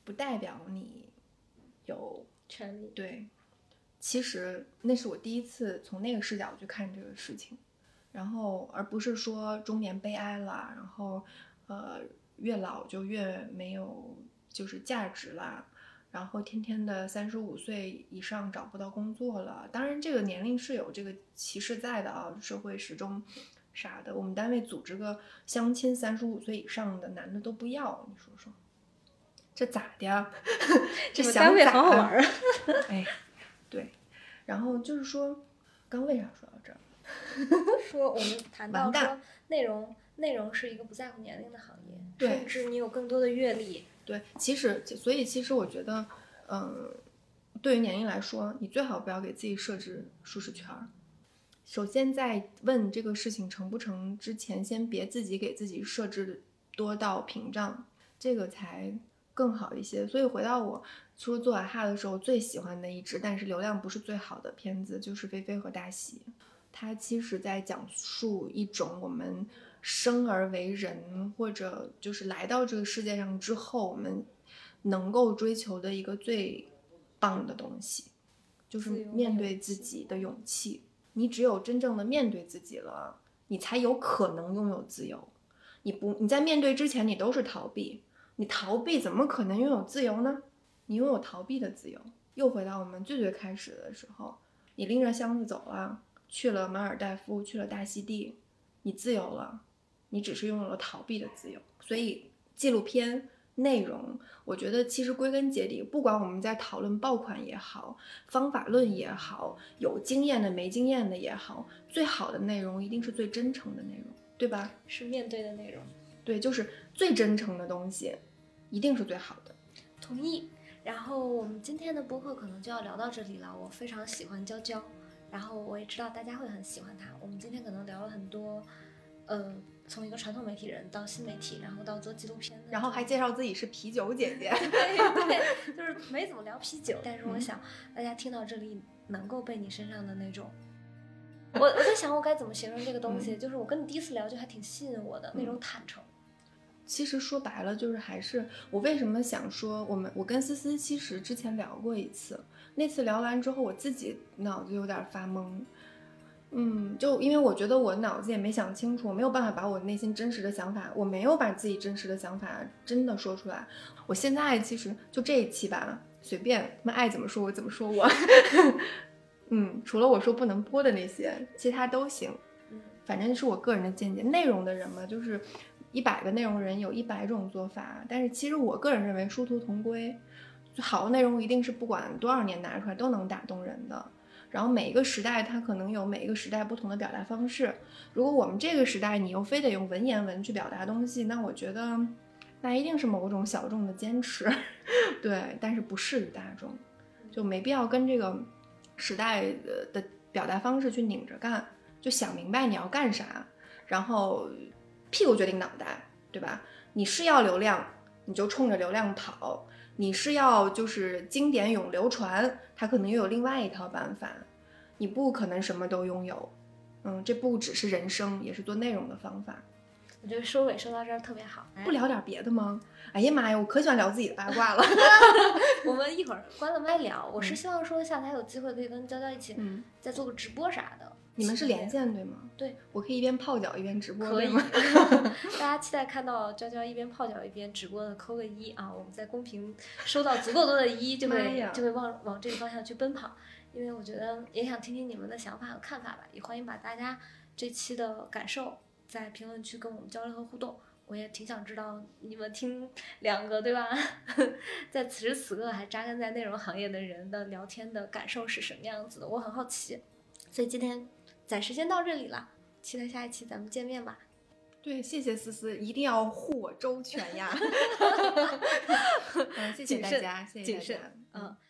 不代表你有权利。 对，其实那是我第一次从那个视角去看这个事情，然后而不是说中年悲哀了，然后呃越老就越没有就是价值啦，然后天天的三十五岁以上找不到工作了。当然这个年龄是有这个歧视在的啊，社会时钟啥的，我们单位组织个相亲，三十五岁以上的男的都不要，你说说这咋的呀？这想单位咋好好玩啊！ 哎，对，然后就是说，刚为啥说到这儿？ 说我们谈到完蛋说内容，内容是一个不在乎年龄的行业， 对甚至你有更多的阅历。 对，其实所以其实我觉得，嗯，对于年龄来说，你最好不要给自己设置舒适圈儿。首先在问这个事情成不成之前，先别自己给自己设置多道屏障，这个才更好一些。所以回到我说做啊哈的时候，最喜欢的一支，但是流量不是最好的片子，就是《菲菲和大喜》。它其实在讲述一种我们生而为人，或者就是来到这个世界上之后，我们能够追求的一个最棒的东西，就是面对自己的勇气。你只有真正的面对自己了，你才有可能拥有自由。你不，你在面对之前，你都是逃避，你逃避怎么可能拥有自由呢？你拥有逃避的自由。又回到我们最最开始的时候，你拎着箱子走了，去了马尔代夫，去了大溪地，你自由了，你只是拥有了逃避的自由。所以纪录片内容，我觉得其实归根结底，不管我们在讨论爆款也好，方法论也好，有经验的没经验的也好，最好的内容一定是最真诚的内容，对吧？ 是面对的内容。 对，就是最真诚的东西一定是最好的。 同意。然后我们今天的播客可能就要聊到这里了。我非常喜欢娇娇，然后我也知道大家会很喜欢她。我们今天可能聊了很多，呃，从一个传统媒体人到新媒体，然后到做纪录片的， 然后还介绍自己是啤酒姐姐。 对对，就是没怎么聊啤酒，但是我想大家听到这里能够被你身上的那种，我我在想我该怎么形容这个东西，嗯、就是我跟你第一次聊就还挺吸引我的、嗯、那种坦诚。 其实说白了就是还是我为什么想说我们我跟思思其实之前聊过一次，那次聊完之后我自己脑子有点发懵，嗯，就因为我觉得我脑子也没想清楚，我没有办法把我内心真实的想法，我没有把自己真实的想法真的说出来。我现在其实就这一期吧，随便他们爱怎么说我怎么说我嗯，除了我说不能播的那些，其他都行，反正是我个人的见解。内容的人嘛，就是一百个内容人有一百种做法，但是其实我个人认为殊途同归，好的内容一定是不管多少年拿出来都能打动人的。然后每一个时代它可能有每一个时代不同的表达方式，如果我们这个时代你又非得用文言文去表达东西，那我觉得那一定是某种小众的坚持对，但是不适于大众，就没必要跟这个时代的表达方式去拧着干，就想明白你要干啥，然后屁股决定脑袋，对吧？你是要流量你就冲着流量跑，你是要就是经典永流传，它可能又有另外一套办法，你不可能什么都拥有。嗯，这不只是人生，也是做内容的方法。 我觉得收尾收到这儿特别好。 不聊点别的吗？哎呀妈呀，我可喜欢聊自己的八卦了我们一会儿关了麦聊。我是希望说下台有机会可以跟娇娇一起再做个直播啥的。 嗯，你们是连线对吗？ 对， 我可以一边泡脚一边直播， 可以吗？ 大家期待看到娇娇一边泡脚一边直播的，扣个一啊！我们在公屏收到足够多的一，就会就会往往这个方向去奔跑。因为我觉得也想听听你们的想法和看法吧，也欢迎把大家这期的感受在评论区跟我们交流和互动。我也挺想知道你们听两个对吧在此时此刻还扎根在内容行业的人的聊天的感受是什么样子的，我很好奇。所以今天暂时先到这里了，期待下一期咱们见面吧。 对，谢谢思思，一定要护我周全呀、嗯、谢谢大家，谢谢大家。 嗯。